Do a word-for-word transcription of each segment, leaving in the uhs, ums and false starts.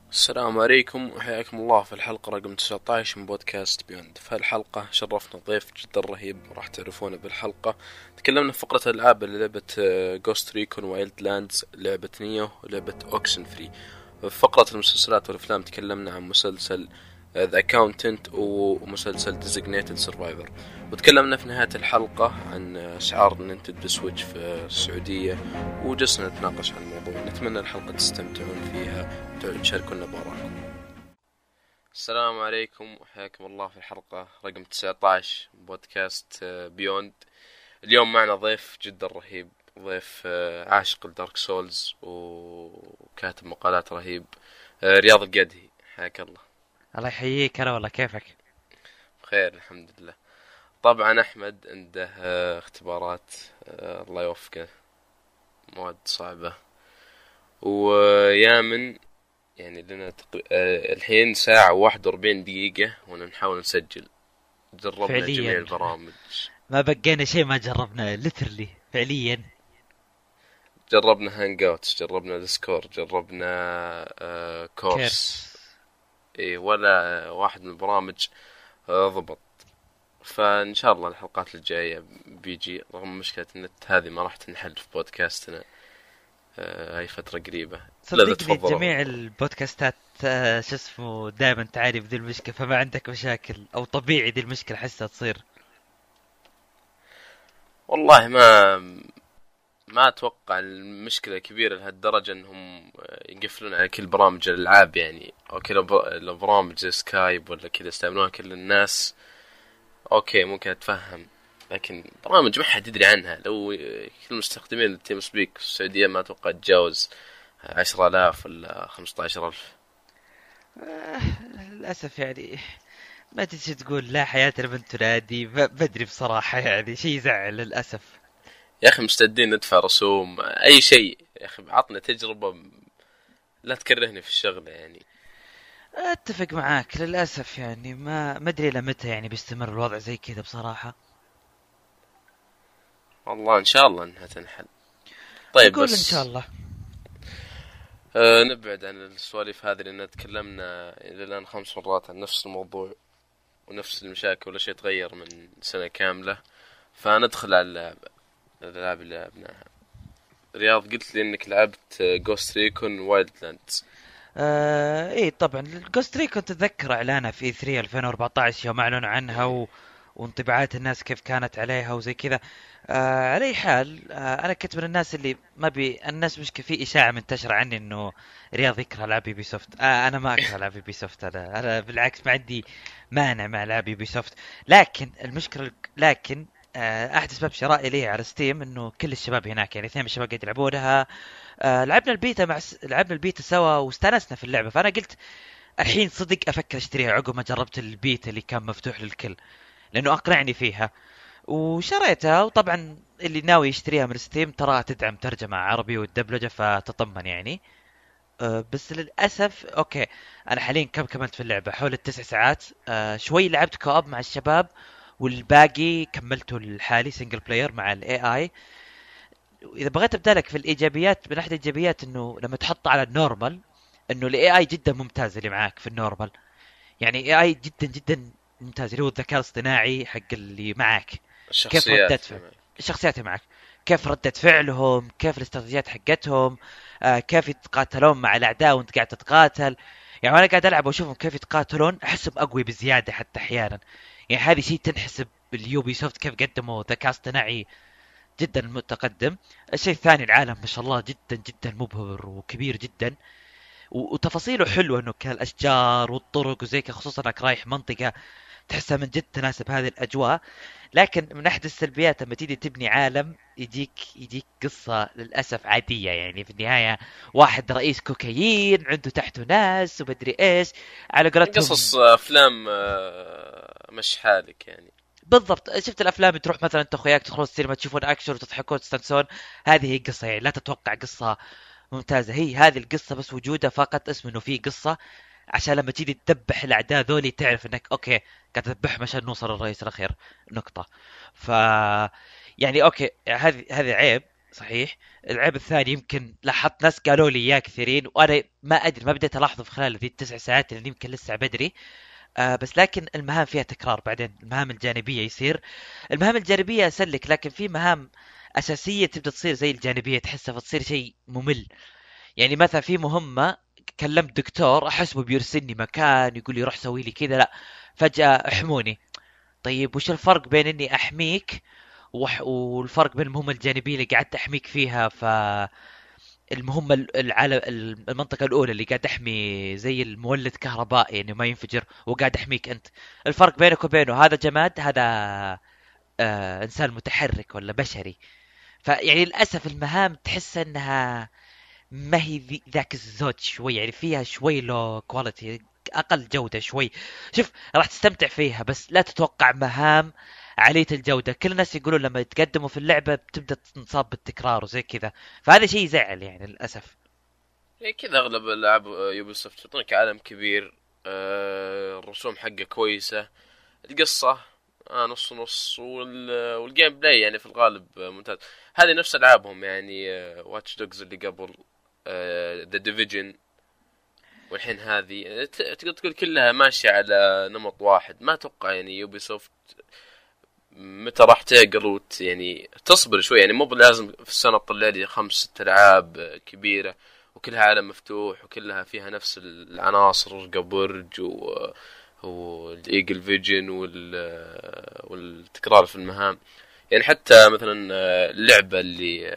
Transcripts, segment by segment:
السلام عليكم وحياكم الله في الحلقة رقم تسعة عشر من بودكاست بيوند. في هالحلقة شرفنا ضيف جدا رهيب راح تعرفونه بالحلقة. تكلمنا في فقرة الألعاب اللي لعبة جوست ريكون وايلد لاندز، لعبة نيو، ولعبة اوكسن فري. في فقرة المسلسلات والأفلام تكلمنا عن مسلسل ذا اكاونتنت ومسلسل ديزيجنيتد سرفايفر. وتكلمنا في نهاية الحلقة عن أسعار نينتندو سويتش في السعودية، وجلسنا نتناقش عن الموضوع. نتمنى الحلقة تستمتعون فيها وتشاركونا بآرائكم. السلام عليكم وحياكم الله في الحلقة رقم تسعة عشر من بودكاست بيوند. اليوم معنا ضيف جدا رهيب، ضيف عاشق لدارك سولز وكاتب مقالات رهيب، رياض القدهي. حياك الله. الله يحييك. أنا والله كيفك؟ بخير الحمد لله. طبعا أحمد عنده اختبارات، الله يوفقه، مواد صعبة. ويامن يعني لنا تق... آه الحين ساعة واحد وأربعين دقيقة وانا نحاول نسجل. جربنا جميع فعليا البرامج، ما بقينا شيء ما جربنا ليترلي فعليا. جربنا هانج اوتس، جربنا ديسكورد، جربنا آه كورس. كيرس. اي ولا واحد من البرامج آه ضبط. فان شاء الله الحلقات الجاية بيجي، رغم مشكلة النت هذه ما راح تنحل في بودكاستنا آه هاي فترة قريبة. لا صدقني تفضلوا. جميع البودكاستات آه، شو اسمه دائما تعاني بذي المشكلة، فما عندك مشاكل او طبيعي ذي المشكلة حسها تصير. والله ما ما اتوقع المشكله كبيره لهالدرجه انهم يقفلون على كل برامج الالعاب يعني، او كل البرامج زي سكايب ولا كذا يستعملونها كل الناس. اوكي ممكن اتفهم، لكن برامج ما حد يدري عنها. لو كل مستخدمين التيم سبيك في السعوديه ما اتوقع تجاوز عشرة آلاف ولا خمسة عشر ألف. آه، للأسف يعني ما تجي تقول لا حياة لمن تنادي، ما بدري بصراحة، يعني شيء يزعل للأسف. يا اخي مستعدين ندفع رسوم اي شيء، يا اخي عطنا تجربه، لا تكرهني في الشغله يعني. اتفق معاك للأسف، يعني ما ما ادري لمتى يعني بيستمر الوضع زي كذا بصراحة. والله ان شاء الله انها تنحل. طيب نقول ان شاء بس الله. أه نبعد عن السواليف هذه، لأن تكلمنا إلى الآن خمس مرات عن نفس الموضوع ونفس المشاكل، ولا شيء تغير من سنة كاملة. فندخل على اللعب، الألعاب اللي لعبناها. رياض قلت لي إنك لعبت جوست ريكون وايلد لاندز. آه ايه طبعا الجوست ريكون تتذكر اعلانها في ثري ألفين وأربعطعش يوم اعلنوا عنها و... وانطباعات الناس كيف كانت عليها وزي كذا. آه على اي حال، آه انا كنت من الناس اللي ما بي الناس مش في اشاعه منتشره عني انه رياض يكره العاب يوبي سوفت. آه انا ما اكره العاب يوبي سوفت، انا انا بالعكس ما عندي مانع مع العاب يوبي سوفت. لكن المشكله لكن آه احد اسباب شرائي لي على ستيم انه كل الشباب هناك، يعني اثنين من الشباب قاعد يلعبونها. آه لعبنا البيتا مع س... لعبنا البيتا سوا واستانسنا في اللعبه، فانا قلت الحين صدق افكر اشتريها عقب ما جربت البيتا اللي كان مفتوح للكل، لانه اقنعني فيها وشريتها. وطبعا اللي ناوي يشتريها من ستيم تراها تدعم ترجمه عربي والدبلجه، فتطمن يعني. أه بس للاسف اوكي، انا حاليا كم كملت في اللعبه حول التسع ساعات. أه شوي لعبت كواب مع الشباب، والباقي كملته لحالي سنجل بلاير مع الاي اي. اذا بغيت ابدا لك في الايجابيات، من ناحيه الايجابيات انه لما تحط على النورمال، انه الاي اي جدا ممتاز اللي معاك في النورمال. يعني اي اي جدا جدا ممتاز، اللي هو الذكاء الاصطناعي حق اللي معاك. كيف ردة الشخصيات فعل يعني. الشخصيات اللي معك، كيف ردة فعلهم، كيف الاستراتيجيات حقتهم، آه كيف يتقاتلون مع الاعداء وانت قاعد تتقاتل. يعني وانا قاعد العب واشوفهم كيف يتقاتلون احسهم اقوي بزياده حتى احيانا. يعني هذه شيء تنحسب اليوبي سوفت كيف قدموا ذكاء اصطناعي جدا متقدم. الشيء الثاني العالم ما شاء الله جدا جدا مبهر وكبير جدا، و- وتفاصيله حلوه، انه كالاشجار والطرق وزي كذا، خصوصا انك رايح منطقه تحسها من جد تناسب هذه الاجواء. لكن من احد السلبيات لما تيجي تبني عالم يجيك يجيك قصه للاسف عاديه، يعني في النهايه واحد رئيس كوكايين عنده تحته ناس ومدري ايش على قولتهم. قصص أفلام آه، مش حالك يعني. بالضبط، شفت الافلام تروح مثلا انت اخوياك تدخلون السينما تشوفون اكشن وتضحكون وتستانسون، هذه هي القصه. يعني لا تتوقع قصه ممتازه، هي هذه القصه بس وجودها فقط اسم انه في قصه، عشان لما تيجي تذبح الاعداء ذولي تعرف انك اوكي قاعد تذبحهم عشان نوصل للرئيس الاخير. نقطه. ف يعني اوكي هذه هذه عيب. صحيح. العيب الثاني يمكن لاحظت ناس قالوا لي اياه كثيرين، وانا ما ادري، ما بديت الاحظه في خلال ذي التسع ساعات اللي يمكن لسه بدري. آه بس لكن المهام فيها تكرار، بعدين المهام الجانبيه يصير المهام الجانبيه اسلك، لكن في مهام اساسيه تبدا تصير زي الجانبيه تحسها فتصير شيء ممل. يعني مثلا في مهمه، كلمت دكتور احسبه بيرسلني مكان يقول لي روح سوي لي كذا، لا فجاه احموني. طيب وش الفرق بين اني احميك وح... والفرق بين المهمة الجانبية اللي قعدت احميك فيها؟ فالمهمة العالم، المنطقة الأولى اللي قاعد احمي زي المولد كهربائي انه ما ينفجر، وقاعد احميك انت. الفرق بينك وبينه هذا جماد، هذا آه انسان متحرك ولا بشري. فيعني للاسف المهام تحس انها ما هي ذي- ذاك الزود شوي، يعني فيها شوي لو كواليتي، اقل جودة شوي. شوف راح تستمتع فيها بس لا تتوقع مهام عالية الجودة. كل الناس يقولون لما يتقدموا في اللعبة بتبدأ تنصاب بالتكرار وزي كذا، فهذا شيء يزعل يعني للأسف. يعني كذا اغلب العاب يوبي سوفت يعطونك عالم كبير، آه، الرسوم حقه كويسه، القصه آه نص نص، وال... والجيم بلاي يعني في الغالب آه، ممتاز. هذه نفس العابهم يعني، واتش دوجز اللي قبل، ذا ديفيجن، والحين هذه ت- تقدر تقول كلها ماشيه على نمط واحد. ما اتوقع يعني يوبي سوفت متى راح تعقل وت يعني تصبر شوي. يعني مو بلازم في السنة تطلع لي خمس ست ألعاب كبيرة وكلها عالم مفتوح وكلها فيها نفس العناصر كبرج و والايجل فيجن وال والتكرار في المهام. يعني حتى مثلا اللعبة اللي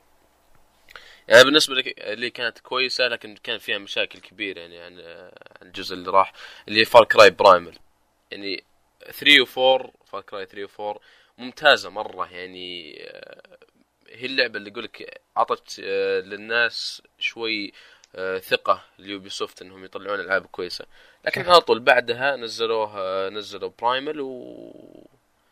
يعني بالنسبة لي اللي كانت كويسة لكن كان فيها مشاكل كبيرة يعني عن عن الجزء اللي راح، اللي هي فار كراي برايمل. يعني ثري و فور، فار كراي ثري و فور ممتازة مرة يعني. آه، هي اللعبة اللي يقولك عطت آه، للناس شوي آه، ثقة ليوبي سوفت انهم يطلعون العاب كويسة. لكن صح. على طول بعدها نزلوها، نزلوا برايمل و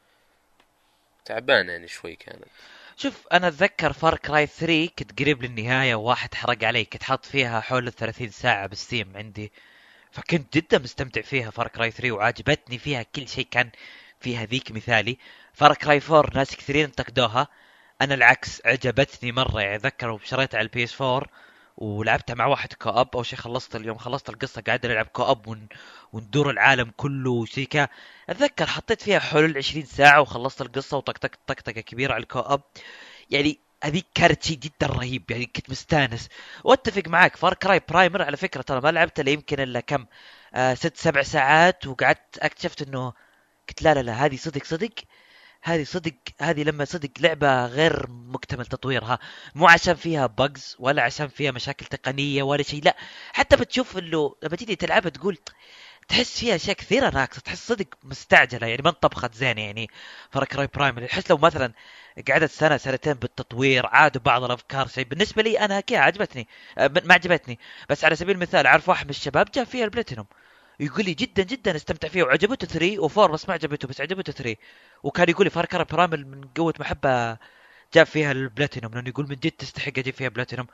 تعبانة يعني شوي كانت. شوف انا اتذكر فار كراي ثري كنت قريب للنهاية وواحد حرق علي، كنت حاط فيها حول الثلاثين ساعة بالستيم عندي، فكنت جدا مستمتع فيها فار كراي ثري وعجبتني فيها كل شيء كان فيها ذيك مثالي. فار كراي فور ناس كثيرين انتقدوها، انا العكس عجبتني مره. يعني اتذكر شريتها على البي اس فور ولعبتها مع واحد كواب. اول شيء خلصت اليوم، خلصت القصه قاعد نلعب كواب ون... وندور العالم كله وشيكا. اتذكر حطيت فيها حلول عشرين ساعه وخلصت القصه وطقطقت طقطقه كبيره على الكواب. يعني هذيك كانت شيء جدا رهيب، يعني كنت مستانس. واتفق معاك فار كراي برايمر على فكره ترى ما لعبت الا يمكن الا كم آه ست سبع ساعات، وقعدت اكتشفت انه قلت لا لا لا هذه صدق صدق، هذه صدق، هذه لما صدق لعبة غير مكتمل تطويرها. مو عشان فيها بجز ولا عشان فيها مشاكل تقنية ولا شيء، لا، حتى بتشوف انه لما تيجي تلعبها تقول تحس فيها اشياء كثيره ناقصه، تحس صدق مستعجله، يعني ما انطبخت زين. يعني فار كراي برايمري تحس لو مثلا قعدت سنه سنتين بالتطوير عادوا بعض الافكار شيء. بالنسبه لي انا كذا عجبتني، أه، ما عجبتني. بس على سبيل المثال اعرف واحد من الشباب جاب فيها البلاتينوم، يقول لي جدا جدا استمتع فيها وعجبته ثري و4، بس ما عجبته، بس عجبته ثري. وكان يقول لي فار كراي برايمري من قوه محبه جاب فيها البلاتينوم، لانه يقول من جد تستحق اجيب فيها بلاتينوم.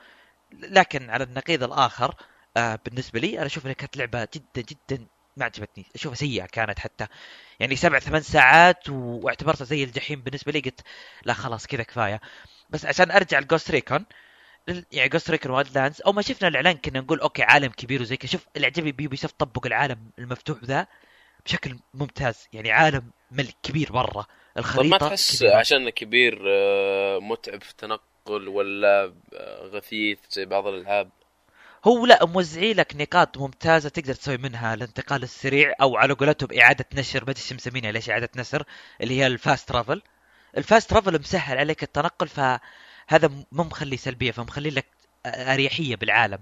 لكن على النقيض الاخر آه بالنسبه لي انا اشوف انها كانت لعبه جدا جدا ما عجبتني، اشوفها سيئه كانت حتى. يعني سبع ثمان ساعات واعتبرتها زي الجحيم بالنسبه لي، قلت لا خلاص كذا كفايه. بس عشان ارجع لجوست ريكون، يعني جوست ريكون وايلد لاندز، او ما شفنا الاعلان كنا نقول اوكي عالم كبير وزي كذا. شوف اللي عجبني بيوبي سوفت طبق العالم المفتوح ذا بشكل ممتاز، يعني عالم ملك كبير مره، طب ما الخريطه تحس كبيره. عشان كبير آه، متعب في التنقل ولا آه، غثيث زي بعض الألعاب؟ هو لا موزعي لك نقاط ممتازة تقدر تسوي منها الانتقال السريع، او على قولتهم اعادة نشر، ما ادري ايش مسمينها ليش اعادة نشر، اللي هي الفاست ترافل. الفاست ترافل مسهل عليك التنقل، فهذا مو مخلي سلبية، فمخلي لك اريحية بالعالم.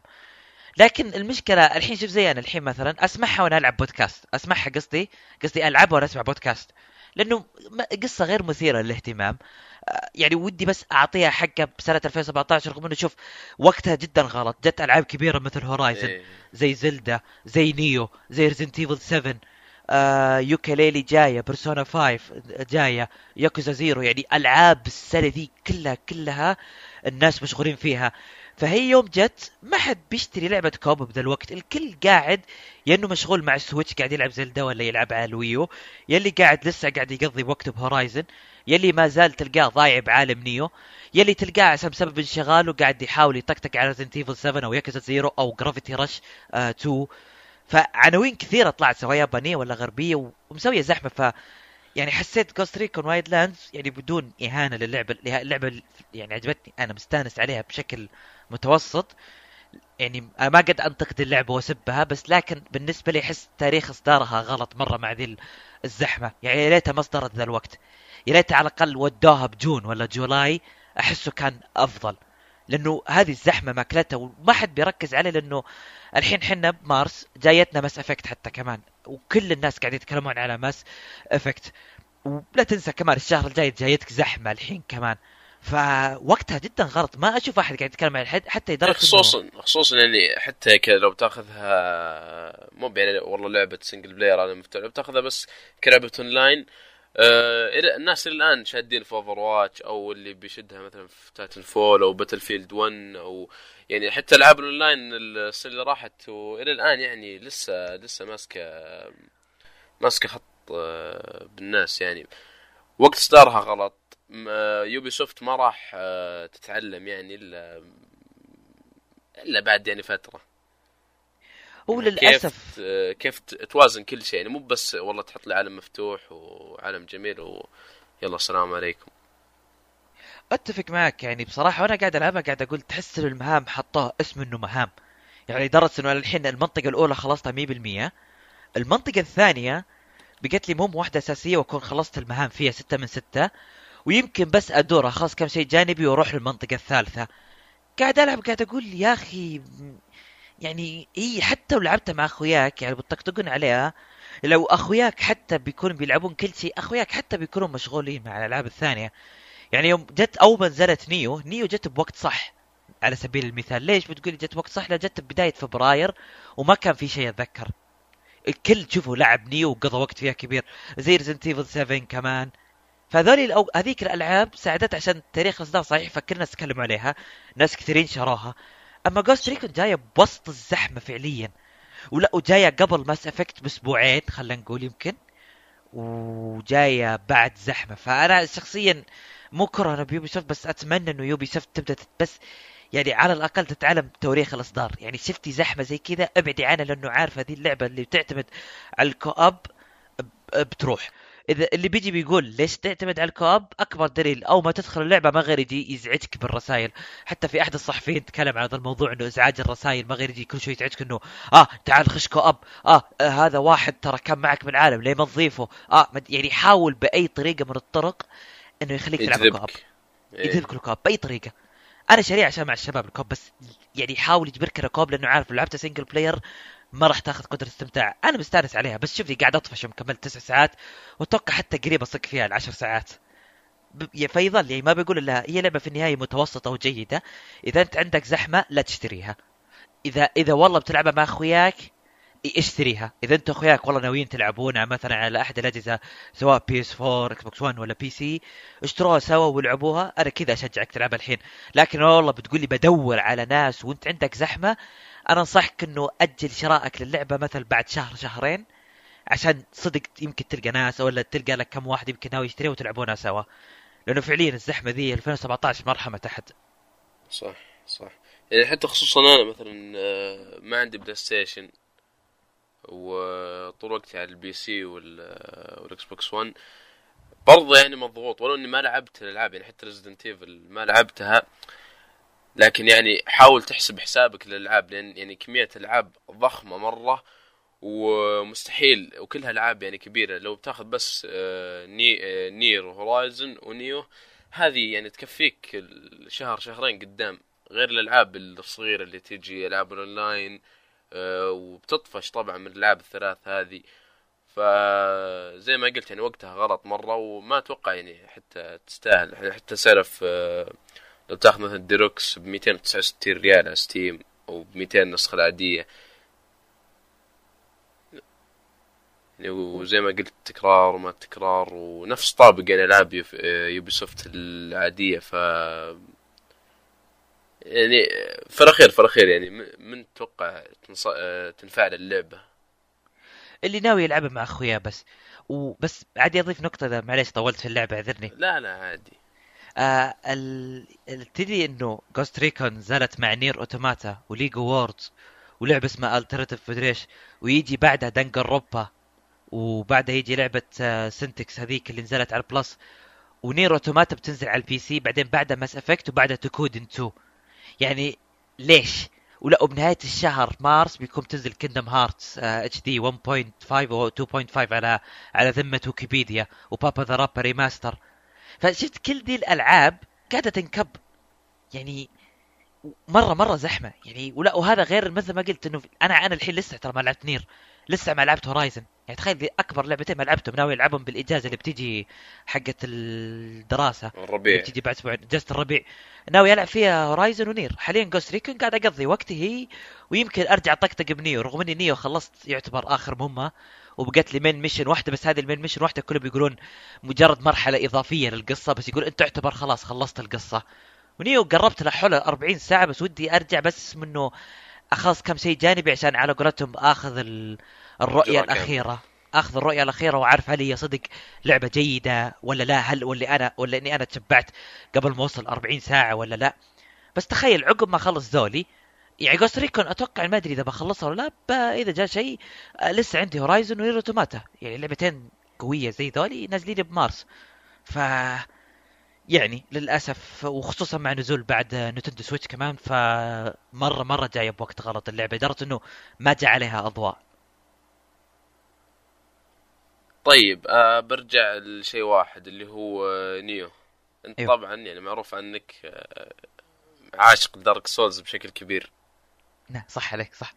لكن المشكلة الحين شوف زي انا الحين مثلا اسمعها وانا العب بودكاست، اسمعها قصدي قصدي العبها وانا اسمع بودكاست، لانه قصة غير مثيرة للاهتمام. يعني ودي بس اعطيها حقها بسنه ألفين وسبعطعش، رغم انه شوف وقتها جدا غلط. جت العاب كبيره مثل هورايزن، ايه. زي زلدا، زي نيو، زي ريزنت ايفل سفن، آه يوكاليلي جايه، بيرسونا فايف جايه، ياكوزا زيرو. يعني العاب السنه ذي كلها كلها الناس مشغولين فيها. فهي يوم جت ما حد بيشتري لعبة كوب بذا الوقت، الكل قاعد يا انه مشغول مع السويتش قاعد يلعب زلدا ولا يلعب على الويو، يلي قاعد لسه قاعد يقضي وقته بهورايزن، يلي ما زال تلقاه ضايع بعالم نيو، يلي تلقاه بسبب انشغاله قاعد يحاول يطقطق على ريزنت ايفل سفن او ياكوزا زيرو او جرافيتي رش آه تو. فعناوين كثيرة طلعت سواء يابانية ولا غربية ومسوية زحمة. ف يعني حسيت جوست ريكون وايد لاندز يعني بدون إهانة للعبة، اللعبة يعني عجبتني، أنا مستانس عليها بشكل متوسط. يعني أنا ما قد أنتقد اللعبة وأسبها، بس لكن بالنسبة لي أحس تاريخ إصدارها غلط مرة مع ذي الزحمة. يعني يا ليتها ما اصدرت ذا الوقت، يا ليت على الأقل ودوها بجون ولا جولاي، أحسه كان أفضل. لأنه هذه الزحمة ماكلتها وما حد بيركز عليه، لأنه الحين حنا بمارس جايتنا ماس افكت حتى كمان، وكل الناس قاعدين يتكلمون على ماس افكت. ولا تنسى كمان الشهر الجاي جايتك زحمة الحين كمان، فوقتها جدا غلط. ما اشوف احد قاعد يتكلم عن الحد حتى يعني لدرجه انه خصوصا خصوصا يعني حتى كذا لو بتاخذها مو يعني والله لعبة سنجل بلاير انا مفتوح، لو بتاخذها بس كلعبة اونلاين، آه الناس اللي الان شادين في اوفر واتش او اللي بيشدها مثلا في تايتن فول او باتل فيلد واحد، او يعني حتى العاب الاونلاين السنه اللي راحت والى الان يعني لسه لسه ماسكه ماسكه خط آه بالناس يعني. وقت اصدارها غلط. يوبي سوفت ما راح آه تتعلم يعني الا الا بعد يعني فتره هو انها كيف للاسف. كيف توازن كل شيء، يعني مو بس والله تحط لي عالم مفتوح وعالم جميل ويلا السلام عليكم. اتفق معك يعني بصراحه، وانا قاعد العبها قاعد اقول تحس ان المهام حطوها اسم انه مهام. يعني لدرجه انه الحين المنطقه الاولى خلصتها مية بالمية، المنطقه الثانيه بقت لي مهم واحده اساسيه واكون خلصت المهام فيها ستة من ستة، ويمكن بس ادور اخلص كم شيء جانبي واروح للمنطقه الثالثه. قاعد العب قاعد اقول يا اخي، يعني اي حتى لو لعبتها مع اخوياك يعني بتطقطقون عليها، لو اخوياك حتى بيكونوا بيلعبون كل شيء، اخوياك حتى بيكونوا مشغولين مع الالعاب الثانيه. يعني يوم جت اول ما نزلت نيو، نيو جت بوقت صح. على سبيل المثال ليش بتقولي جت بوقت صح؟ لا، جت ببدايه فبراير وما كان في شيء اتذكر. الكل تشوفه لعب نيو وقضى وقت فيها كبير، زي ريزنت ايفل سفن كمان. فهذول الأو... هذيك الالعاب ساعدت عشان تاريخ الاصدار صحيح، فكر الناس تكلموا عليها، ناس كثيرين شروها. اما جوست ريكون جايه بوسط الزحمه فعليا، ولا وجايه قبل ماس افكت باسبوعين خلينا نقول يمكن، وجايه بعد زحمه. فانا شخصيا مو كره بيوبي سوفت، بس اتمنى انه يوبي سوفت تبدا بس يعني على الاقل تتعلم تواريخ الاصدار. يعني شفتي زحمه زي كذا ابعدي عنها، لانه عارفه هذه اللعبه اللي بتعتمد على الكواب بتروح. اذا اللي بيجي بيقول ليش تعتمد على الكواب، اكبر دليل او ما تدخل اللعبه ما غير يجي يزعجك بالرسائل. حتى في احد الصحفيين تكلم عن هذا الموضوع، انه ازعاج الرسائل ما غير يجي كل شوي يزعجك، انه اه تعال خش كواب، آه, اه هذا واحد ترى كان معك بالعالم ليه ما تضيفه، اه يعني حاول باي طريقه من الطرق انه يخليك تلعب كواب، يجذبك يجذبك ايه. الكواب باي طريقه. انا شريع عشان مع الشباب الكوب، بس يعني يحاول يجبرك الكوب، لانه عارف لو لعبت سنجل بلاير ما راح تاخذ قدره استمتاع. انا مستانس عليها، بس شوفني قاعد اطفش يوم كملت تسع ساعات، واتوقع حتى قريب اصك فيها العشر ساعات. ب... فيظل يعني ما بقول لها هي لعبه في النهايه متوسطه وجيده. اذا انت عندك زحمه لا تشتريها. اذا اذا والله بتلعبها مع اخوياك اشتريها. اذا انتوا اخوياك والله ناويين تلعبونها مثلا على احد الاجهزه سواء بي اس فور اكس بوكس واحد ولا بي سي، اشتروها سوا والعبوها، انا كذا اشجعك تلعبها الحين. لكن والله بتقول لي بدور على ناس وانت عندك زحمه، انا انصحك انه اجل شرائك للعبه مثل بعد شهر شهرين، عشان صدق يمكن تلقى ناس ولا تلقى لك كم واحد يمكن ناوي يشتريها وتلعبونها سوا. لانه فعليا الزحمه ذي ألفين وسبعطعش مرحمه تحت. صح صح. يعني حتى خصوصا انا مثلا آه، ما عندي بلاي ستيشن، وطول وقتي على البي سي وال- والاكس بوكس واحد، برضه يعني مضغوط. ولو اني ما لعبت الالعاب يعني حتى ريزدنت ايفل ما لعبتها، لكن يعني حاول تحسب حسابك للالعاب، لان يعني كمية العاب ضخمة مرة ومستحيل، وكلها العاب يعني كبيرة. لو بتاخذ بس آه، ني آه، نير وهورايزن ونيو، هذه يعني تكفيك الشهر شهرين قدام، غير الالعاب الصغيرة اللي تيجي العاب اونلاين آه، وبتطفش طبعا من الالعاب الثلاث هذه. فزي ما قلت يعني وقتها غلط مرة، وما اتوقع يعني حتى تستاهل. يعني حتى سعرف آه، لو تاخذ مثلا ديروكس ب مئتين وتسعة وستين ريال على ستيم، او ب مئتين النسخة العادية يعني. وزي ما قلت تكرار وما تكرار، ونفس طابق يعني العاب يوبي سوفت العادية. ف يعني فراخير فراخير يعني م- من تتوقع تنص... آه، تنفع اللعبة؟ اللي ناوي يلعبها مع اخوياه بس. وبس عادي اضيف نقطة، اذا معليش طولت في اللعبة اعذرني. لا لا عادي. آه ال... ال- تدري انه جوست ريكون نزلت مع نير اوتوماتا وليج ووردز ولعبة اسمها الترنتيف فيدريش، ويجي بعدها دنجر روبا، وبعدها يجي لعبة آه سنتكس هذيك اللي نزلت على البلس، ونير اوتوماتا بتنزل على البي سي، بعدين بعدها ماس افكت، وبعدها تكودن تو. يعني ليش؟ ولا وبنهاية الشهر مارس بيكون تنزل كيندم هارتس اتش دي واحد نقطة خمسة او اثنين نقطة خمسة على على ذمة ويكيبيديا، وبابا ذا رابر ريماستر. فشفت كل دي الالعاب قاعدة تنكب، يعني مره مره زحمه يعني. ولا وهذا غير مثل ما قلت انه انا انا الحين لسه ترى ما لعبت نير، لسه ما لعبت هورايزن. يعني تخيل ذي اكبر لعبتين ما لعبتهم، ناوي العبهم بالاجازه اللي بتيجي حقه الدراسه، اللي الربيع. بتيجي بعد اسبوع اجازه الربيع. ناوي العب فيها هورايزن ونير. حاليا جوست ريكون قاعد اقضي وقتي هي، ويمكن ارجع طقطق بنيو، رغم اني نيو خلصت يعتبر اخر مهمه، وبقت لي مين ميشن واحده بس. هذه المين ميشن واحده كلهم بيقولون مجرد مرحله اضافيه للقصه، بس يقول انت تعتبر خلاص خلصت القصه. ونيو قربت له حول أربعين ساعة، بس ودي أرجع بس منه أخلص كم شيء جانبي، عشان على قولتهم آخذ ال... الرؤية الجرعة كاملة. الأخيرة. أخذ الرؤية الأخيرة وأعرف هل هي صدق لعبة جيدة ولا لا، هل ولا أنا ولا إني أنا تشبعت قبل ما أوصل أربعين ساعة ولا لا. بس تخيل عقب ما أخلص ذولي، يعني جوست ريكون أتوقع ما أدري إذا بخلصها ولا لا، ب- إذا جاء شيء آه، لسه عندي هورايزون ونير اوتوماتا، يعني لعبتين قوية زي ذولي نازلين بمارس. ف يعني للاسف، وخصوصا مع نزول بعد نتندو سويتش كمان، فمره مره جايه بوقت غلط اللعبه، لدرجه انه ما جاء عليها اضواء. طيب آه برجع لشيء واحد اللي هو آه، نيو. انت ايوه. طبعا يعني معروف عنك آه، عاشق دارك سولز بشكل كبير. نعم صح عليك صح.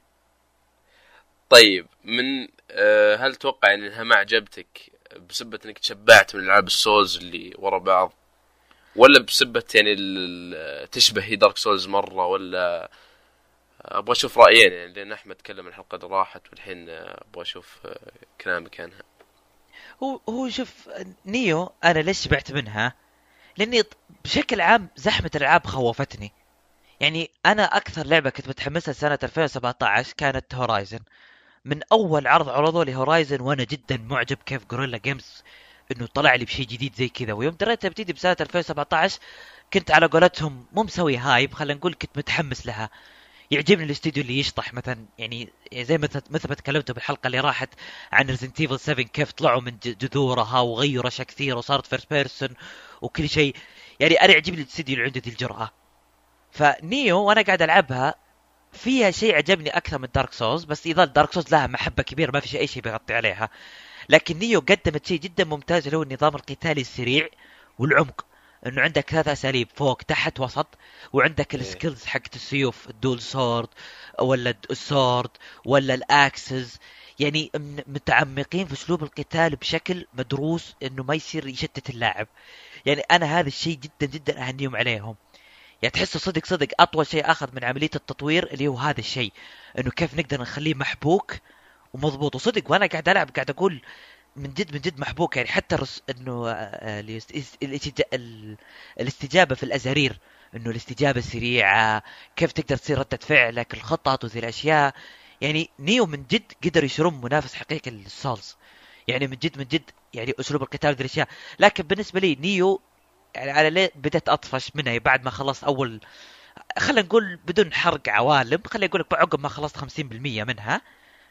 طيب من آه هل تتوقع ان انها ما عجبتك بسبة انك تشبعت من العاب السولز اللي ورا بعض، ولا بسبة يعني ال- ال- تشبه هي دارك سولز مرة، ولا ابغى اشوف رايين يعني، لان احمد تكلم الحلقة اللي راحت والحين آه، ابغى اشوف آه، كلامك عنها. هو هو شوف، نيو انا ليش شبعت منها؟ لاني ط- بشكل عام زحمه الالعاب خوفتني. يعني انا اكثر لعبه كنت متحمسها سنه ألفين وسبعة عشر كانت هورايزن. من اول عرض عرضوا لي هورايزن وانا جدا معجب كيف غوريلا جيمز انه طلع لي بشيء جديد زي كذا. ويوم دريتها بتيجي بسنه ألفين وسبعة عشر كنت على قولتهم مو مسوي هايب، خلينا نقول كنت متحمس لها. يعجبني الاستوديو اللي يشطح مثلا، يعني زي مثل مثل ما تكلمت بالحلقه اللي راحت عن ريزنت ايفل سبعة، كيف طلعوا من ج- جذورها وغيروا اشياء كثيره وصارت فيرست بيرسون وكل شيء. يعني انا يعجبني الاستوديو اللي عنده ذي الجرأه. فنيو وانا قاعد العبها فيها شيء عجبني اكثر من دارك سولز، بس يظل دارك سولز لها محبه كبيره ما في شيء اي شيء بيغطي عليها. لكن نيو قدمت شيء جدا ممتاز، اللي هو النظام القتالي السريع والعمق. انه عندك ثلاث اساليب، فوق تحت وسط، وعندك إيه. السكيلز حقت السيوف، الدول سورد ولا الد- السورد ولا الاكسز. يعني م- متعمقين في اسلوب القتال بشكل مدروس، انه ما يصير يشتت اللاعب. يعني انا هذا الشيء جدا جدا اهنيهم عليهم. يعني تحس صدق صدق اطول شيء اخذ من عمليه التطوير اللي هو هذا الشيء، انه كيف نقدر نخليه محبوك ومضبوط. وصدق وانا قاعد العب قاعد اقول من جد من جد محبوك. يعني حتى الرس... انه آه، الاست- الاستجا... ال- الاستجابه في الازارير، انه الاستجابه السريعه، كيف تقدر تصير رده فعلك، الخطط وذي الاشياء. يعني نيو من جد قدر يشرم منافس حقيقي للسولز. يعني من جد من جد يعني اسلوب القتال وذي الاشياء. لكن بالنسبه لي نيو يعني على ليه بدأت أطفش منها بعد ما خلصت أول، خلينا نقول بدون حرق عوالم، خلينا أقول لك عقب ما خلصت خمسين بالمية منها.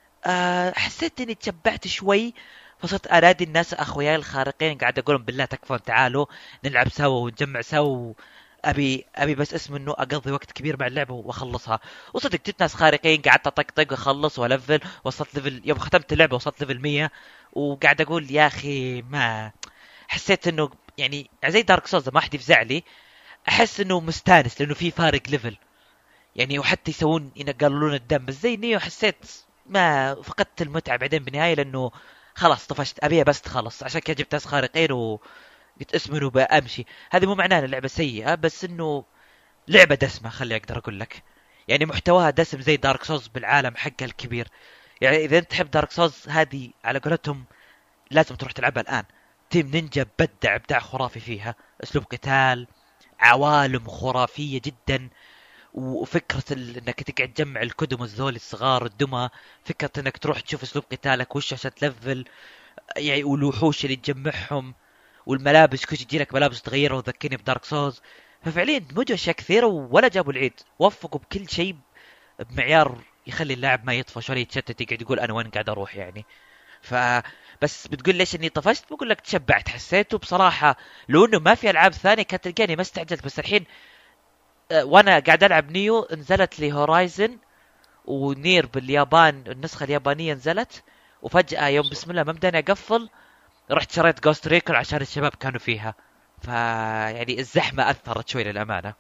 أه حسيت إني تشبعت شوي، فصرت أنادي الناس أخوياي الخارقين، قاعد أقولهم بالله تكفون تعالوا نلعب سوا ونجمع سوا. أبي أبي بس اسم إنه أقضي وقت كبير مع اللعبة وأخلصها. وصدق جبت ناس خارقين، قعدت أطقطق وأخلص وألفل، وصلت ليفل يوم ختمت اللعبة وصلت ليفل مية. وقاعد أقول يا أخي ما حسيت إنه يعني زي دارك سولز ما حد يفزع لي، احس انه مستانس لانه في فارق ليفل. يعني وحتى يسوون ينقلون الدم، بس زي نيو حسيت ما فقدت المتعه بعدين بالنهايه، لانه خلاص طفشت ابيها بس تخلص. عشان كذا جبت ناس خارقين وقلت اسمنوا بامشي. هذه مو معناه ان اللعبه سيئه، بس انه لعبه دسمه خلي اقدر اقول لك. يعني محتواها دسم زي دارك سولز بالعالم حقها الكبير. يعني اذا انت تحب دارك سولز هذه على قولتهم لازم تروح تلعبها الان. تيم نينجا بدع ابداع خرافي فيها، اسلوب قتال، عوالم خرافيه جدا. وفكرة ال... انك تقعد تجمع الكدم الذول الصغار الدمى، فكرة انك تروح تشوف اسلوب قتالك وش عشان تلفل يعني، والوحوش اللي تجمعهم، والملابس كل يجي لك ملابس تغيرها وتذكرني بدارك سولز. ففعليا دمجوا اشياء كثيرة ولا جابوا العيد، وفقوا بكل شيء بمعيار يخلي اللاعب ما يطفش ولا يتشتت يقعد يقول انا وين قاعد اروح يعني. ف بس بتقول ليش اني طفشت؟ بقول لك تشبعت، حسيته بصراحة. لو انه ما في العاب ثانية كانت تلقاني ما استعجلت، بس الحين آه، وانا قاعد العب نيو نزلت لي هورايزن ونير باليابان، النسخة اليابانية نزلت، وفجأة يوم صح. بسم الله ما مداني اقفل رحت شريت جوست ريكون عشان الشباب كانوا فيها. ف يعني الزحمة اثرت شوي للامانة.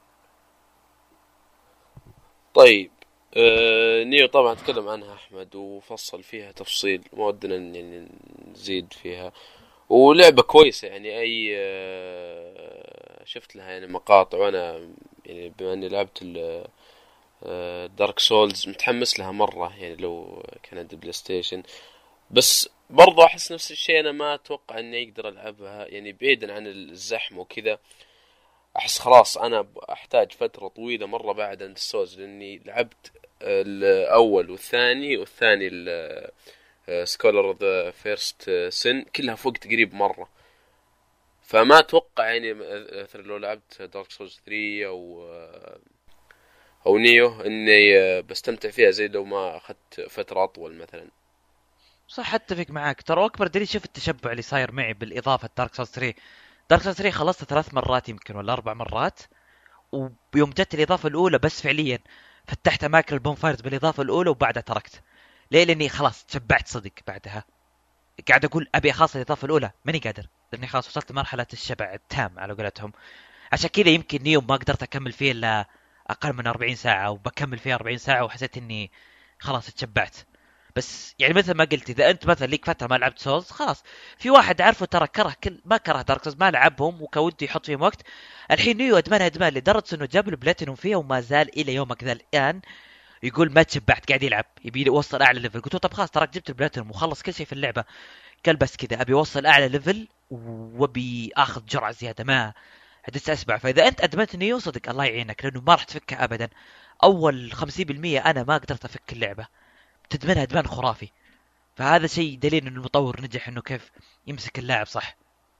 طيب. آه نيو طبعا تكلم عنها احمد وفصل فيها تفصيل ما ودنا يعني نزيد فيها، ولعبة كويسة يعني. اي آه شفت لها يعني مقاطع، وانا يعني بما اني لعبت دارك سولز متحمس لها مرة يعني لو كان عندي بلاي ستيشن. بس برضو احس نفس الشيء، انا ما اتوقع اني اقدر العبها يعني بعيدا عن الزحمة وكذا. احس خلاص انا ب- احتاج فترة طويلة مرة بعد عند السولز، لاني لعبت الاول والثاني والثاني سكولر اوف ذا فيرست سن كلها فوق تقريب مرة. فما اتوقع يعني مثلا لو لعبت دارك سولز ثري او او نيو اني آه، بستمتع فيها زي لو ما اخذت فترة اطول مثلا. صح، اتفق معاك ترى، اكبر دليل شوف التشبع اللي صاير معي بالاضافة دارك سولز ثري. دارك سولز ثري خلصت ثلاث مرات يمكن ولا اربع مرات، ويوم جت الاضافه الاولى بس فعليا فتحت اماكن البونفايرز بالاضافه الاولى وبعدها تركت. ليه؟ لاني خلاص تشبعت صدق بعدها. قاعد اقول ابي اخلص الاضافه الاولى ماني قادر، لاني خلاص وصلت لمرحله الشبع التام على قولتهم. عشان كذا يمكن نيوم ما قدرت اكمل فيه الا اقل من أربعين ساعه، وبكمل فيه أربعين ساعه وحسيت اني خلاص اتشبعت. بس يعني مثل ما قلت، اذا انت مثلا ليك فتره ما لعبت سولز خلاص. في واحد عارفه ترى كره كل ما كره دارك سولز، ما لعبهم وكوده يحط فيهم وقت. الحين نيو ادمان ادمان لدرجه انه جاب البلاتينوم فيها وما زال الى يومك ذا الان يقول ما تشبعت قاعد يلعب يبي يوصل اعلى ليفل. قلت له طب خلاص تراك جبت البلاتينوم وخلص كل شيء في اللعبه. قال بس كذا ابي اوصل اعلى ليفل وابي اخذ جرعه زياده ما حدث اسبع. فاذا انت ادمنت نيو صدق الله يعينك، لانه ما راح تفكها ابدا. اول خمسين بالمية انا ما قدرت افك اللعبه، تدمنها ادمان خرافي. فهذا شيء دليل ان المطور نجح انه كيف يمسك اللاعب صح.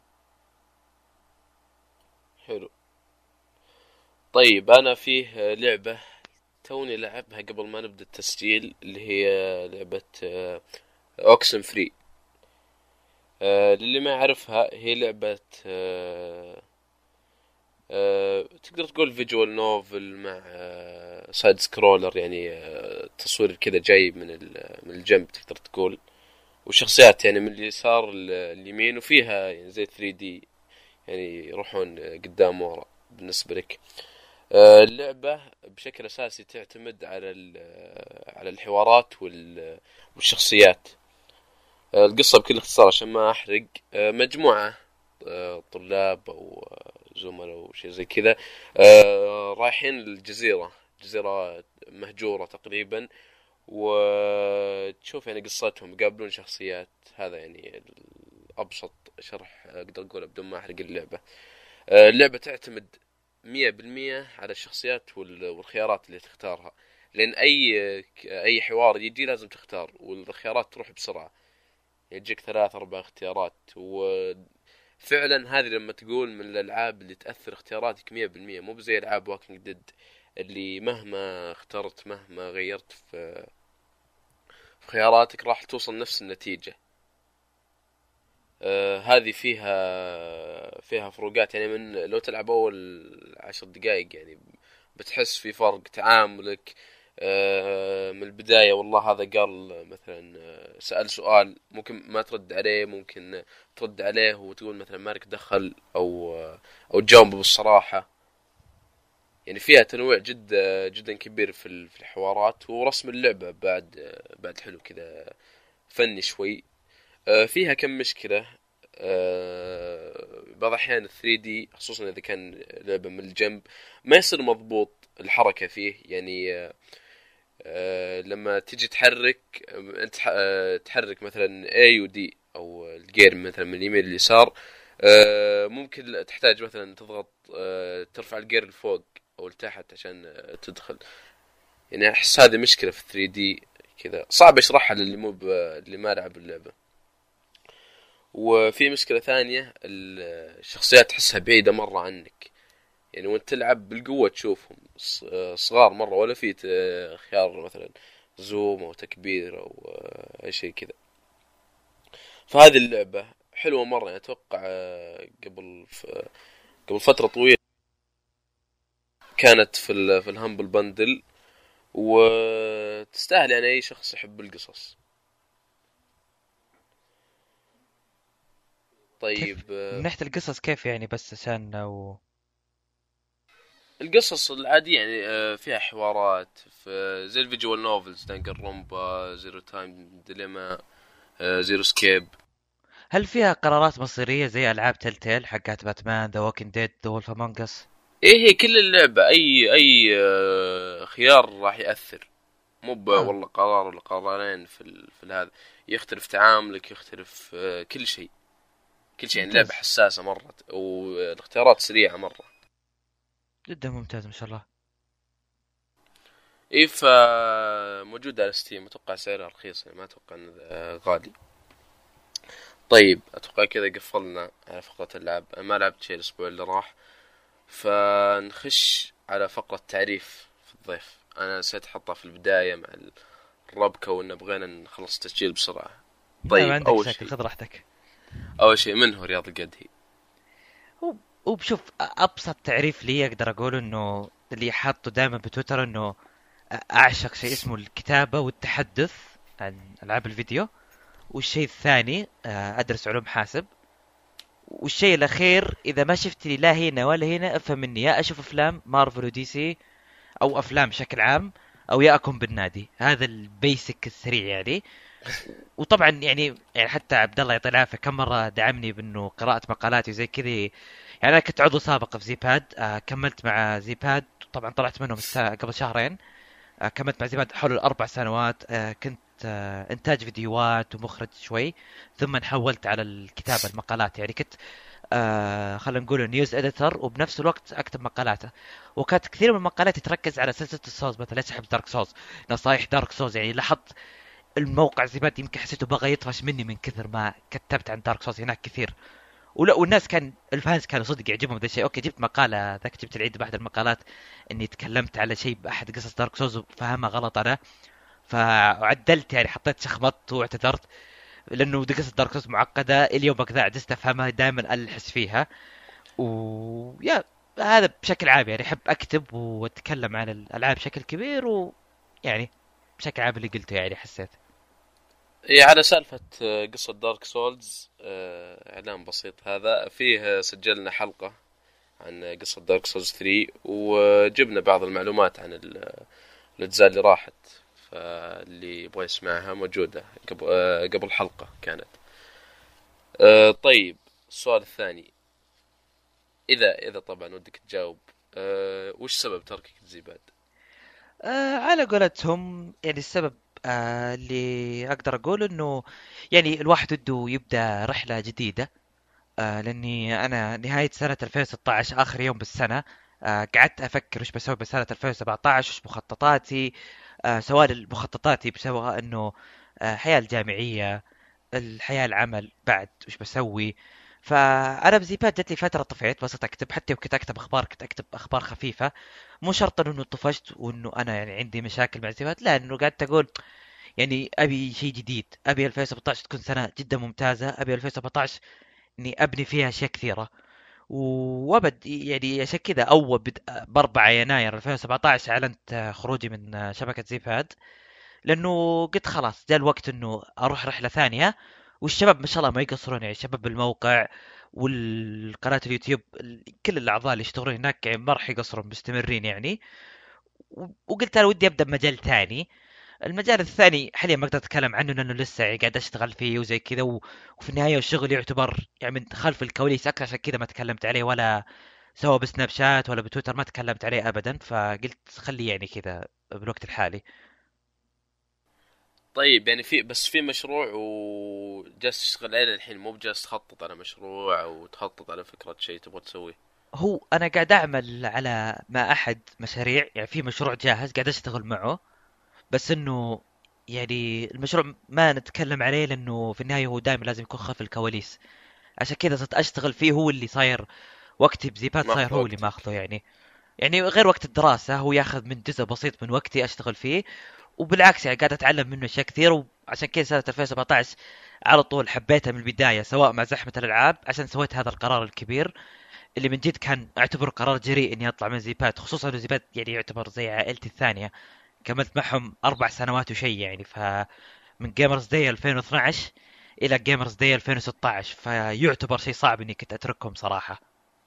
حلو. طيب انا فيه لعبة توني لعبها قبل ما نبدأ التسجيل، اللي هي لعبة اوكسن فري. للي ما يعرفها، هي لعبة آه، آه، تقدر تقول فيجوال نوفل مع آه، سايد سكرولر يعني. آه، تصوير كذا جاي من ال- من الجنب تقدر تقول، وشخصيات يعني من اليسار ل- اليمين، وفيها يعني زي ثري دي يعني يروحون قدام ورا بالنسبة لك. آه، اللعبة بشكل أساسي تعتمد على ال- على الحوارات وال- والشخصيات. آه، القصة بكل اختصار عشان ما أحرق. آه، مجموعة آه، طلاب أو آه، زملاء أو شيء زي كذا، آه، رايحين الجزيرة، جزيرة مهجورة تقريبا، وتشوف يعني قصتهم، يقابلون شخصيات. هذا يعني أبسط شرح أقدر أقوله بدون ما أحرق اللعبة. آه، اللعبة تعتمد مية بالمية على الشخصيات وال- والخيارات اللي تختارها، لأن أي أي حوار يجي لازم تختار، والخيارات تروح بسرعة. يجيك ثلاث أربع اختيارات، وفعلا هذه لما تقول من الألعاب اللي تأثر اختياراتك مية بالمية، مو بزي ألعاب واكينج ديد اللي مهما اخترت مهما غيرت في في خياراتك راح توصل نفس النتيجة. آه هذه فيها فيها فروقات يعني. من لو تلعب أول عشر دقائق يعني بتحس في فرق تعاملك. آه من البداية والله هذا قال مثلا آه، سأل سؤال ممكن ما ترد عليه، ممكن ترد عليه وتقول مثلا مالك دخل، أو آه، أو تجاوبه بالصراحة. يعني فيها تنوع جدا جدا كبير في ال- في الحوارات، ورسم اللعبة بعد آه، بعد حلو كذا، فني شوي. آه، فيها كم مشكلة. آه، بعض الأحيان ثري دي خصوصا إذا كان لعبة من الجنب ما يصير مضبوط الحركة فيه يعني. آه، آه، لما تيجي تحرك آه، انت آه، تحرك مثلا A و D او الجير مثلا من اليمين لليسار. آه، ممكن تحتاج مثلا تضغط آه، ترفع الجير لفوق او لتحت عشان آه، تدخل. يعني احس هذه مشكله في ثري دي كذا، صعب اشرحها للي مو ب- اللي ما لعب اللعبه. وفي مشكله ثانيه، ال- الشخصيات تحسها بعيده مره عنك، يعني وانت تلعب بالقوه تشوفهم ص- آه، صغار مره، ولا في ت- خيار مثلا زوم او تكبير او آه، اي شيء كذا. فهذه اللعبه حلوه مره، يعني اتوقع آه، قبل ف- قبل فتره طويله كانت في ال في الهامبل بندل، وتستاهل يعني اي شخص يحب القصص. كيف طيب من آه، ناحية القصص كيف يعني؟ بس عشان و... القصص العادية يعني آه، فيها حوارات في زي الفيجوال نوفلز، دانجر رومبا، زيرو تايم ديليما، زيرو سكيب. هل فيها قرارات مصيرية زي ألعاب تلتيل حقات باتمان، ذا ووكينج ديد، ذا وولف أمونج أس؟ ايه هي كل اللعبة اي اي آه، خيار راح يأثر، مو ب- آه والله قرار ولا قرارين في ال... في هذا، يختلف تعاملك، يختلف آه، كل شيء، كل شيء. يعني لعبة ممتاز، حساسة مرة، والاختيارات سريعة مرة. جدا ممتاز ما شاء الله. ايه ف موجودة على ستيم، اتوقع سعرها رخيص، يعني ما اتوقع انه آه، غالي. طيب اتوقع كذا قفلنا على فقرة اللعب، أنا ما لعبت شيء الاسبوع اللي راح، فنخش على فقرة تعريف في الضيف. انا نسيت احطها في البداية مع الربكة، وان بغينا نخلص التسجيل بسرعة. لا ما طيب عندك اول شكل، شيء، خذ راحتك. اول شيء من هو رياض القدهي؟ هو هو بشوف أبسط تعريف لي أقدر أقول إنه اللي حاطه دائما بتويتر، إنه أعشق شيء اسمه الكتابة والتحدث عن ألعاب الفيديو. والشيء الثاني آه، أدرس علوم حاسب. والشيء الأخير إذا ما شفت لي لا هنا ولا هنا افهم مني، يا أشوف أفلام مارفل ودي سي أو أفلام بشكل عام، أو يا أكون بالنادي. هذا البيسك السريع يعني. وطبعا يعني يعني حتى عبد الله يعطيه العافيه كم مره دعمني بانه قراءه مقالاتي وزي كذا. يعني انا كنت عضو سابق في زيباد، آه كملت مع زيباد. طبعا طلعت منهم السنة قبل شهرين. آه كملت مع زيباد حول الاربع سنوات. آه كنت آه انتاج فيديوهات ومخرج شوي، ثم حولت على الكتابه المقالات. يعني كنت آه خلينا نقول نيوز اديتور، وبنفس الوقت اكتب مقالاته. وكانت كثير من مقالاتي تركز على سلسله السولز، مثلا ليش احب دارك سولز، نصايح دارك سولز. يعني لاحظت الموقع زباد يمكن حسيته بغى يطفش مني من كثر ما كتبت عن دارك سولز هناك كثير. ولا والناس كان الفانز كانوا صدق يعجبهم ذا الشيء. اوكي جبت مقاله ذاك، جبت العيد باحد المقالات اني تكلمت على شيء باحد قصص دارك سولز وفهمها غلط انا، فعدلت يعني، حطيت شخبطت واعتذرت، لانه دي قصه دارك سولز معقده اليوم ذا عجزت افهمها، دائما الحس فيها. ويا هذا بشكل عام يعني احب اكتب واتكلم عن الالعاب بشكل كبير، ويعني بشكل عام اللي قلته يعني حسيت. ايه على سالفة آه، قصة دارك سولز، آه، اعلان بسيط، هذا فيه سجلنا حلقة عن قصة دارك سولز ثري، وجبنا بعض المعلومات عن ال- الأجزاء اللي راحت، فاللي يبغى يسمعها موجودة قبل آه، قبل حلقة كانت. آه، طيب السؤال الثاني، إذا إذا طبعا ودك تجاوب، آه، وش سبب تركك الزباد؟ آه على قولتهم يعني السبب آه اللي اقدر اقول انه يعني الواحد وده يبدا رحله جديده. آه لاني انا نهايه سنه ألفين وستة عشر اخر يوم بالسنه، آه قعدت افكر وش بسوي بسنه ألفين وسبعة عشر، وش مخططاتي. آه سواء مخططاتي بسبب انه آه حياه الجامعيه، الحياة العمل بعد وش بسوي. فأنا بزيبات جت لي فترة طفيت بس أكتب، حتى يوم كنت أكتب أخبار كنت أكتب أخبار خفيفة. مو شرط إنه طفشت وإنه أنا يعني عندي مشاكل مع زيبات، لا، إنه قعدت أقول يعني أبي شيء جديد، أبي ألفين وسبعطعش تكون سنة جدا ممتازة، أبي ألفين وسبعطعش إني أبني فيها أشياء كثيرة. وأبد يعني عشان كذا أول بد... ب أربعة يناير ألفين وسبعطعش أعلنت خروجي من شبكة زيباد، لانه قلت خلاص جاء الوقت انه اروح رحله ثانيه. والشباب ما شاء الله ما يقصرون، يعني شباب الموقع والقناه اليوتيوب ال- كل الاعضاء اللي يشتغلون هناك يعني ما راح يقصرون، مستمرين يعني. و- وقلت انا ودي ابدا بمجال ثاني. المجال الثاني حاليا ما اقدر اتكلم عنه لانه لسه يعني قاعد اشتغل فيه وزي كذا، و- وفي النهايه الشغل يعتبر يعني من خلف الكواليس اكثر، عشان كذا ما تكلمت عليه، ولا سواء بسناب شات ولا بتويتر ما تكلمت عليه ابدا. فقلت خليه يعني كذا بالوقت الحالي. طيب يعني في بس في مشروع وجالس تشتغل عليه الحين، مو بجالس تخطط على مشروع أو تخطط على فكرة شيء تبغى تسويه؟ هو انا قاعد اعمل على مع احد مشاريع، يعني في مشروع جاهز قاعد اشتغل معه، بس انه يعني المشروع ما نتكلم عليه لانه في النهايه هو دائما لازم يكون خلف الكواليس. عشان كذا صرت اشتغل فيه، هو اللي صاير وقتي بزيبات، صاير ماخذ هو اللي وقتك. ماخذه يعني. يعني غير وقت الدراسة هو ياخذ من جزء بسيط من وقتي اشتغل فيه، وبالعكس يعني قاعد اتعلم منه اشياء كثير. وعشان كذا سنة ألفين وسبعطعش على طول حبيتها من البداية، سواء مع زحمة الالعاب عشان سويت هذا القرار الكبير اللي من جد كان اعتبره قرار جريء اني اطلع من زيبات، خصوصا انه زيبات يعني يعتبر زي عائلتي الثانية. كملت معهم اربع سنوات وشي يعني، فمن جيمرز داي ألفين واثناشر الى جيمرز داي ألفين وستاشر، فيعتبر شيء صعب اني كنت اتركهم صراحة.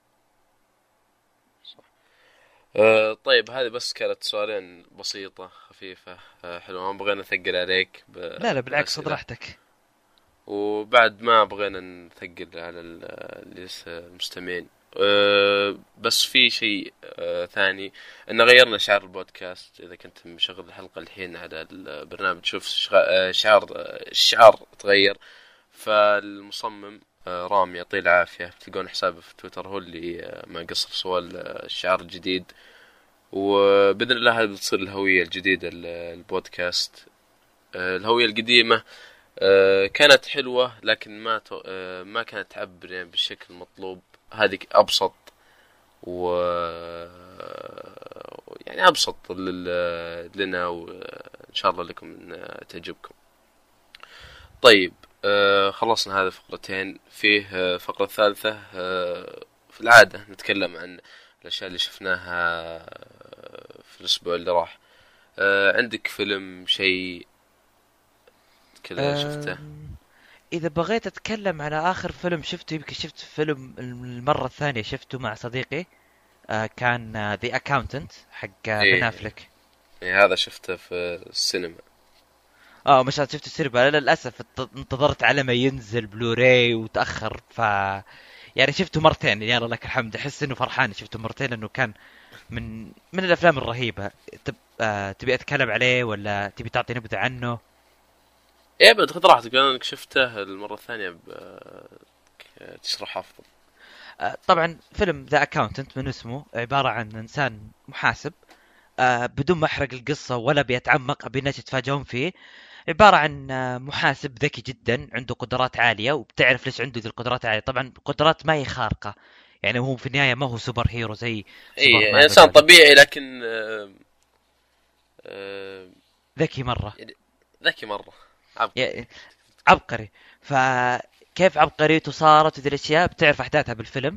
أه طيب، هذه بس كانت سؤالين بسيطة خفيفة. أه حلوة، ما بغينا نثقل عليك لا لا ب- بالعكس، خذ بالأسئلة. راحتك. وبعد ما بغينا نثقل على ال- اللي لسه المستمعين. أه بس في شيء أه ثاني، ان غيرنا شعار البودكاست. اذا كنت مشغل الحلقة الحين على البرنامج شوف شغ- آه، شعار آه، الشعار تغير. فالمصمم آه، رام يعطيه العافية، تلقون حسابه في تويتر، هو اللي آه، ما قصر سوى الشعار الجديد. وبإذن الله هذه بتصير الهوية الجديدة للبودكاست. آه، الهوية القديمة آه، كانت حلوة، لكن ما تو- آه، ما كانت تعبر يعني بالشكل المطلوب. هذه أبسط و يعني أبسط لل- لنا، وإن شاء الله لكم إن تعجبكم. طيب، آه، خلصنا هذه فقرتين. فيه آه، فقرة ثالثة. آه، في العادة نتكلم عن الأشياء اللي شفناها آه، في الأسبوع اللي راح. آه، عندك فيلم شيء كذا شفته؟ أم... إذا بغيت أتكلم على آخر فيلم شفته، يمكن شفت فيلم المرة الثانية شفته مع صديقي. آه كان ذا أكاونتنت حق آه، بن إيه، أفلك. إيه، هذا شفته في السينما. اه مش شفت السينما، أنا للأسف ات- انتظرت على ما ينزل بلوراي وتأخر، ف يعني شفته مرتين، يلا لك الحمد. أحس إنه فرحان شفته مرتين لأنه كان من من الأفلام الرهيبة. تب... آه تبي أتكلم عليه ولا تبي تعطي نبذة عنه؟ إيه، بعد خذ راحتك، لأن أنك شفته المرة الثانية ب- تشرح أفضل. آه طبعا فيلم ذا أكاونتنت من اسمه عبارة عن إنسان محاسب. آه بدون ما احرق القصة ولا بيتعمق، ابي الناس يتفاجئون فيه. عبارة عن آه محاسب ذكي جدا، عنده قدرات عالية، وبتعرف ليش عنده ذي القدرات العالية. طبعا قدرات ما هي خارقة، يعني هو في النهاية ما هو سوبر هيرو زي إيه، سوبرمان إنسان وذولي. طبيعي، لكن آه، آه، ذكي مرة. يعني ذكي مرة، عبقري. يعني عبقري. فكيف عبقريته صارت وذي الاشياء بتعرف احداثها بالفيلم.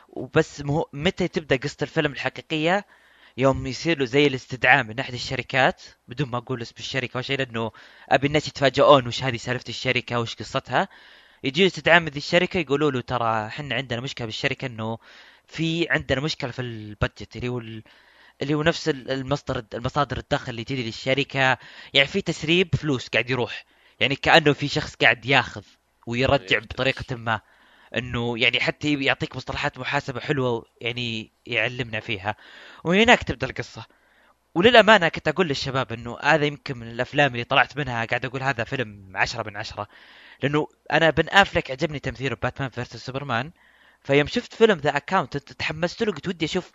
وبس مو متى تبدأ قصة الفيلم الحقيقية؟ يوم يصير له زي الاستدعاء من احد الشركات، بدون ما اقول اسم الشركه او شيء، لانه ابي الناس يتفاجئون وش هذه سالفه الشركه وش قصتها. يجي له استدعاء من ذي الشركه، يقولوا له ترى احنا عندنا مشكله بالشركه، انه في عندنا مشكله في البادجت اللي هو ال- اللي هو نفس ال- المصدر المصادر الدخل اللي تجي للشركه. يعني في تسريب فلوس قاعد يروح، يعني كانه في شخص قاعد ياخذ ويرجع يختلس. بطريقه ما. انه يعني حتى يعطيك مصطلحات محاسبه حلوه يعني يعلمنا فيها. وهناك تبدا القصه. وللأمانة كنت أقول للشباب إنه هذا يمكن من الأفلام اللي طلعت منها قاعد أقول هذا فيلم عشرة من عشرة. لأنه أنا بن أفلك عجبني تمثيله باتمان فيرس سوبرمان. فيوم شفت فيلم ذا أكاونتنت تحمست له، قلت ودي أشوف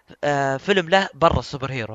آه فيلم له برا السوبر هيرو.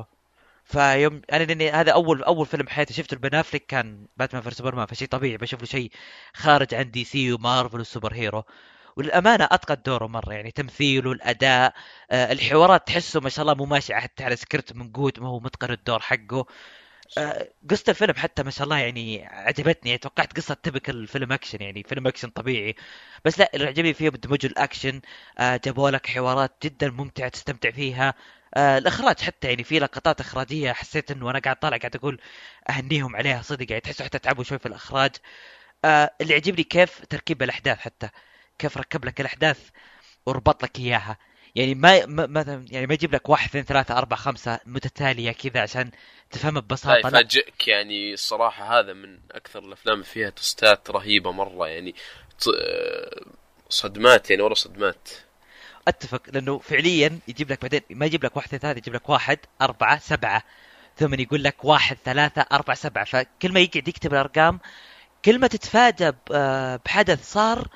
فيوم أنا لأني هذا أول أول فيلم حياتي شفته البن أفلك كان باتمان فيرس سوبرمان، فشي طبيعي بشوف له شيء خارج عن دي سي ومارفل والسوبر هيرو. وللأمانة أتقن دوره مرة، يعني تمثيله، الأداء، آه، الحوارات تحسه ما شاء الله مو ماشي حتى على سكريبت من قوت، ما هو متقن الدور حقه. صح. آه، قصة الفيلم حتى ما شاء الله يعني عجبتني، يعني توقعت قصة تبكل فيلم أكشن، يعني فيلم أكشن طبيعي. بس لا، اللي عجبني فيه بدمجوا الأكشن. آه، جابوا لك حوارات جدا ممتعة تستمتع فيها. آه، الإخراج حتى يعني في لقطات إخراجية حسيت إنه أنا قاعد طالع قاعد أقول أهنيهم عليها صدق، يعني تحسوا حتى تعبوا شوي في الإخراج. آه، اللي عجبني كيف تركيب الأحداث حتى، كيف ركب لك الأحداث وربط لك إياها. يعني ما ما- مثلا يعني ما يجيب لك واحد اثنين ثلاثة أربعة خمسة متتالية كذا عشان تفهمها لا، ببساطة، لا. يفاجئك يعني الصراحة. هذا من أكثر الأفلام اللي فيها توستات رهيبة مرة يعني. ت- آه، صدمات يعني ورا صدمات. اتفق، لانه فعليا يجيب لك بعدين ما يجيب لك واحد اثنين ثلاثة، يجيب لك واحد أربعة سبعة، ثم يقول لك واحد ثلاثة أربعة سبعة، فكل ما يقعد يكتب الأرقام كل ما تتفاجأ ب- آه، بحدث صار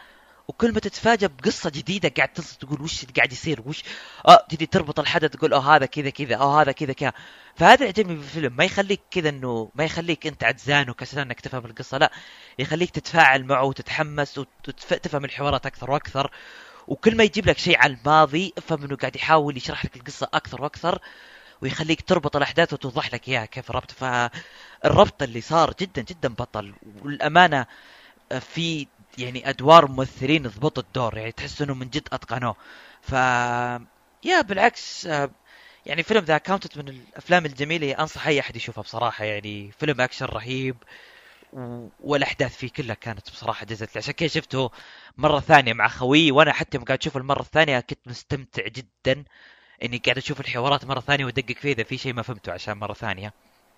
وكل ما تتفاجأ بقصة جديدة قاعد تصل تقول وش اللي قاعد يصير وش اه تدي تربط الحدث تقول اه هذا كذا كذا اه هذا كذا كذا. فهذا يعجبني بالفيلم، ما يخليك كذا انه ما يخليك انت عجزان وكسلان انك تفهم القصة، لا يخليك تتفاعل معه وتتحمس وتفهم الحوارات اكثر واكثر. وكل ما يجيب لك شيء على الماضي افهم انه قاعد يحاول يشرح لك القصة اكثر واكثر، ويخليك تربط الاحداث وتوضح لك اياها كيف ربط. فالربط اللي صار جدا جدا بطل، والامانه في يعني ادوار ممثلين ضبطوا الدور، يعني تحس انه من جد اتقنوه. ف يا بالعكس يعني فيلم ذا اكاونتنت من الافلام الجميله، انصح اي احد يشوفها بصراحه. يعني فيلم اكشن رهيب و... والاحداث فيه كلها كانت بصراحه جزت لي، عشان كذا شفته مره ثانيه مع خويي، وانا حتى يوم قاعد اشوف المره الثانيه كنت مستمتع جدا اني قاعد اشوف الحوارات مره ثانيه وادقق فيه اذا في شيء ما فهمته عشان مره ثانيه.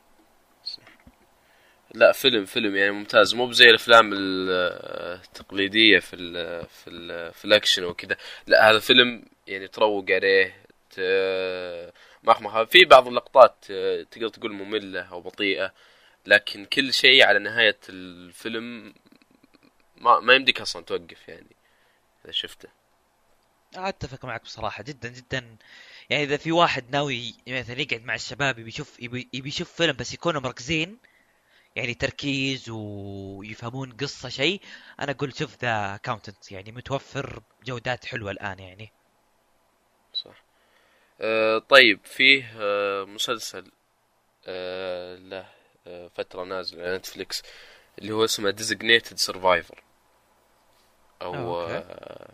لا فيلم فيلم يعني ممتاز، مو بزي الافلام التقليديه في ال في ال في الاكشن وكذا. لا هذا فيلم يعني تروق عليه، ت- مخمخة في بعض اللقطات آه، تقدر تقول ممله او بطيئه، لكن كل شيء على نهايه الفيلم ما ما يمديك اصلا توقف يعني اذا شفته. اتفق معك بصراحه جدا جدا. يعني اذا في واحد ناوي مثلا يقعد مع الشباب يبي يشوف يبي يبي يشوف فيلم بس يكونوا مركزين، يعني تركيز ويفهمون قصة شيء، انا اقول شوف ذا اكاونتنت، يعني متوفر بجودات حلوة الان يعني. صح. آه طيب فيه آه مسلسل آه له آه فترة نازل على نتفليكس اللي هو اسمه Designated Survivor، أوه، او اوكي. آه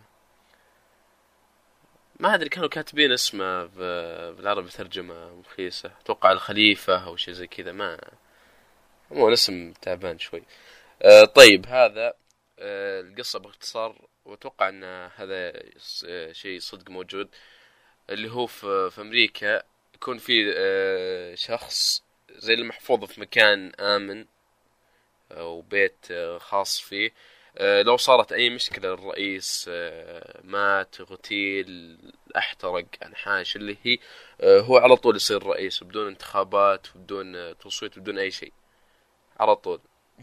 ما ادري كانوا كاتبين اسمه ب- بالعربي ترجمة مخيسة، اتوقع الخليفة او شيء زي كذا، ما هو الاسم تعبان شوي. آه طيب هذا آه القصة باختصار، واتوقع ان هذا س- آه، شيء صدق موجود، اللي هو في, في امريكا يكون في آه شخص زي المحفوظ في مكان امن او بيت آه، خاص فيه. آه، لو صارت اي مشكلة للرئيس، آه، مات، اغتيل، احترق، انحاش، اللي هي آه، هو على طول يصير رئيس بدون انتخابات وبدون آه، تصويت بدون اي شيء، على طول.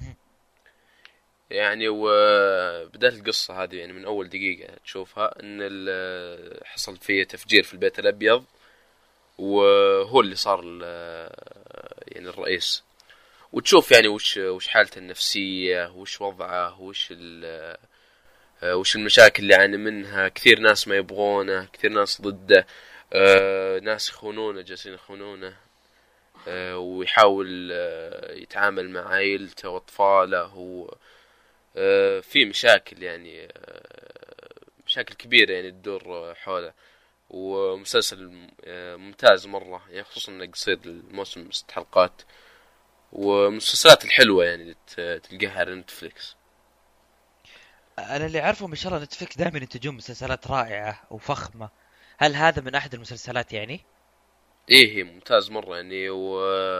يعني وبدأت القصة هذه يعني من أول دقيقة تشوفها إن ال- حصل فيه تفجير في البيت الأبيض، وهو اللي صار ال- يعني الرئيس. وتشوف يعني وش وش حالته النفسية، وش وضعه، وش ال وش المشاكل اللي يعاني منها. كثير ناس ما يبغونه، كثير ناس ضده، آه، ناس يخونونه، جالسين يخونونه، آه، ويحاول آه، يتعامل مع عائلته وأطفاله، وفي مشاكل يعني آه، مشاكل كبيرة يعني تدور آه، حوله. ومسلسل آه، ممتاز مرة يعني، خصوصا انه قصير، الموسم ست حلقات، ومسلسلات الحلوة يعني اللي ت- تلقاها على نتفليكس. انا اللي عارفه ما شاء الله نتفلكس دائما ينتجون مسلسلات رائعة وفخمة. هل هذا من احد المسلسلات يعني؟ ايه هي ممتاز مرة يعني. و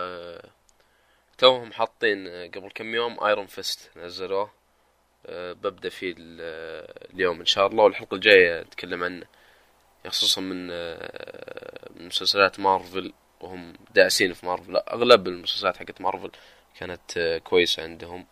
توهم حاطين قبل كم يوم ايرون فيست نزلوه، أه ببدأ فيه ال- اليوم ان شاء الله، والحلقة الجاية نتكلم عنه، خصوصا من أه من مسلسلات مارفل، وهم داعسين في مارفل. لا، اغلب المسلسلات حقت مارفل كانت أه كويسة عندهم،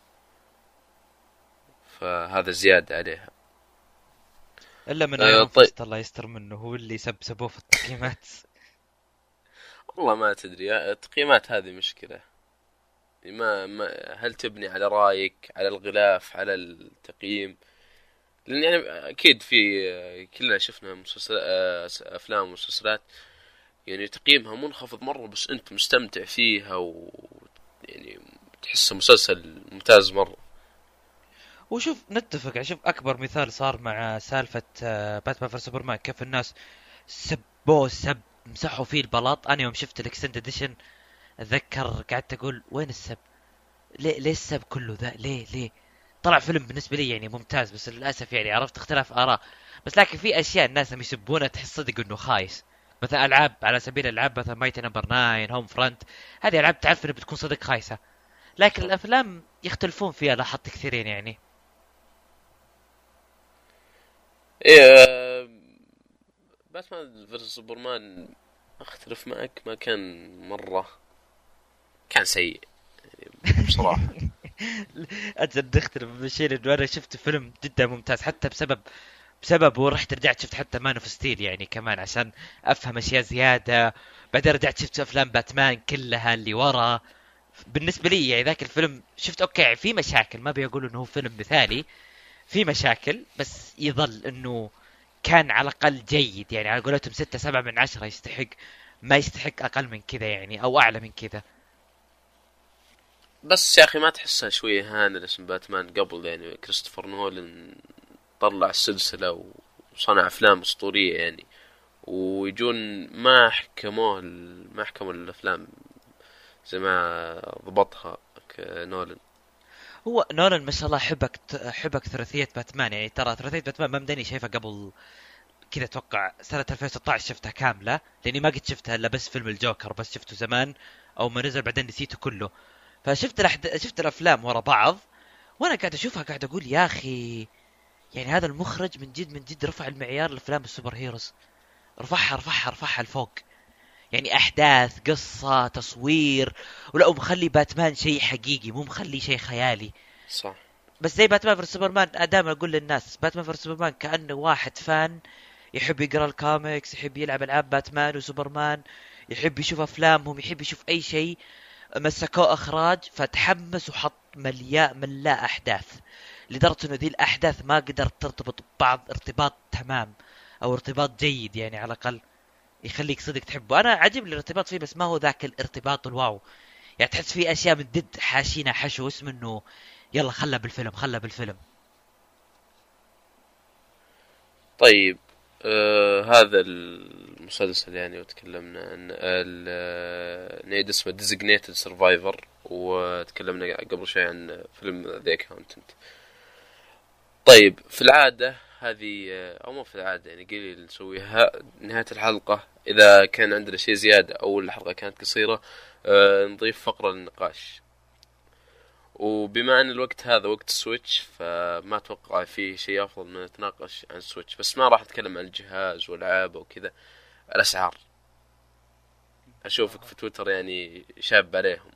فهذا زيادة عليها. الا من أه ايرون طيب. فيست الله يستر منه، هو اللي سبسبوه في التقييمات. والله ما تدري، التقييمات هذه مشكلة. ما, ما هل تبني على رأيك، على الغلاف، على التقييم؟ لأن يعني أكيد في كلنا شفنا مسلسل أفلام ومسلسلات يعني تقييمها منخفض مرة، بس أنت مستمتع فيها، و يعني تحسه مسلسل ممتاز مرة. وشوف نتفق يعني، شوف اكبر مثال صار مع سالفة آه، باتمان فور سوبرمان، كيف الناس سبوه سب مسحوا فيه البلاط. انا يوم شفت الاكستند اديشن اتذكر قعدت اقول وين السب؟ ليه ليه السب كله ذا؟ ليه ليه؟ طلع فيلم بالنسبه لي يعني ممتاز، بس للاسف يعني عرفت اختلاف اراء. بس لكن في اشياء الناس لما يسبونها تحس صدق انه خايس. مثلا العاب على سبيل الالعاب مثلا مايتي نمبر ناين، هوم فرونت، هذه العاب تعرف انها بتكون صدق خايسه. لكن صح. الافلام يختلفون فيها، لاحظت كثيرين يعني. إيه، باتمان فيرس سوبرمان أختلف معك، ما كان مرة، كان سيء يعني بصراحة. اجل نختلف بالشيء، لانه انا شفت فيلم جدا ممتاز حتى بسبب بسبب ورحت رجعت شفت حتى مان اوف ستيل يعني كمان عشان افهم اشياء زياده. بعدين رجعت شفت افلام باتمان كلها اللي ورا. بالنسبه لي يعني ذاك الفيلم شفت اوكي في مشاكل، ما بيقول انه هو فيلم مثالي، في مشاكل، بس يظل انه كان على الاقل جيد يعني، على قولتهم ستة سبعة من عشرة يستحق، ما يستحق اقل من كذا يعني او اعلى من كذا. بس يا اخي ما تحسها شويه هان اسم باتمان قبل؟ يعني كريستوفر نولان طلع السلسله وصنع افلام اسطوريه يعني، ويجون ما حكموه ال- ما حكموا الافلام زي ما ضبطها ك- نولان. هو نولان ما شاء الله حبك حبك ثلاثيه باتمان يعني، ترى ثلاثيه باتمان ما مداني شايفها قبل كذا، اتوقع سنه ألفين وستة عشر شفتها كامله، لاني ما قد شفتها الا بس فيلم الجوكر، بس شفته زمان او ما نزل بعدين نسيته كله. فشفت الأحد... شفت الافلام ورا بعض، وانا قاعد اشوفها قاعد اقول يا اخي، يعني هذا المخرج من جد من جد رفع المعيار لافلام السوبر هيروز، رفعها رفعها رفعها لفوق. يعني احداث، قصة، تصوير، ولا مخلي باتمان شيء حقيقي مو مخلي شيء خيالي. صح. بس زي باتمان فيرس سوبرمان، دائما اقول للناس باتمان فيرس سوبرمان كانه واحد فان يحب يقرا الكوميكس، يحب يلعب العاب باتمان وسوبرمان، يحب يشوف افلامهم، يحب يشوف اي شيء مسكوه اخراج فتحمس وحط ملياء ملاء احداث، لدرجه انه ذي الاحداث ما قدرت ترتبط ببعض ارتباط تمام او ارتباط جيد يعني، على الاقل يخليك صدق تحبه. انا عجب لي الارتباط فيه بس ما هو ذاك الارتباط الواو، يعني تحس فيه اشياء من ضد حاشينا حشو اسمه انه يلا خلى بالفيلم خلى بالفيلم. طيب آه هذا المسلسل يعني، وتكلمنا عن ال- آه، نعيد اسمه Designated Survivor، وتكلمنا قبل شوي عن فيلم The Accountant. طيب في العادة هذه آه، أو مو في العادة يعني قليل نسويها نهاية الحلقة، إذا كان عندنا شيء زيادة أو الحلقة كانت قصيرة آه نضيف فقرة للنقاش. وبما ان الوقت هذا وقت سويتش، فما اتوقع فيه شيء افضل من نتناقش عن سويتش، بس ما راح اتكلم عن الجهاز والعابه وكذا. الاسعار اشوفك في تويتر يعني شاب عليهم.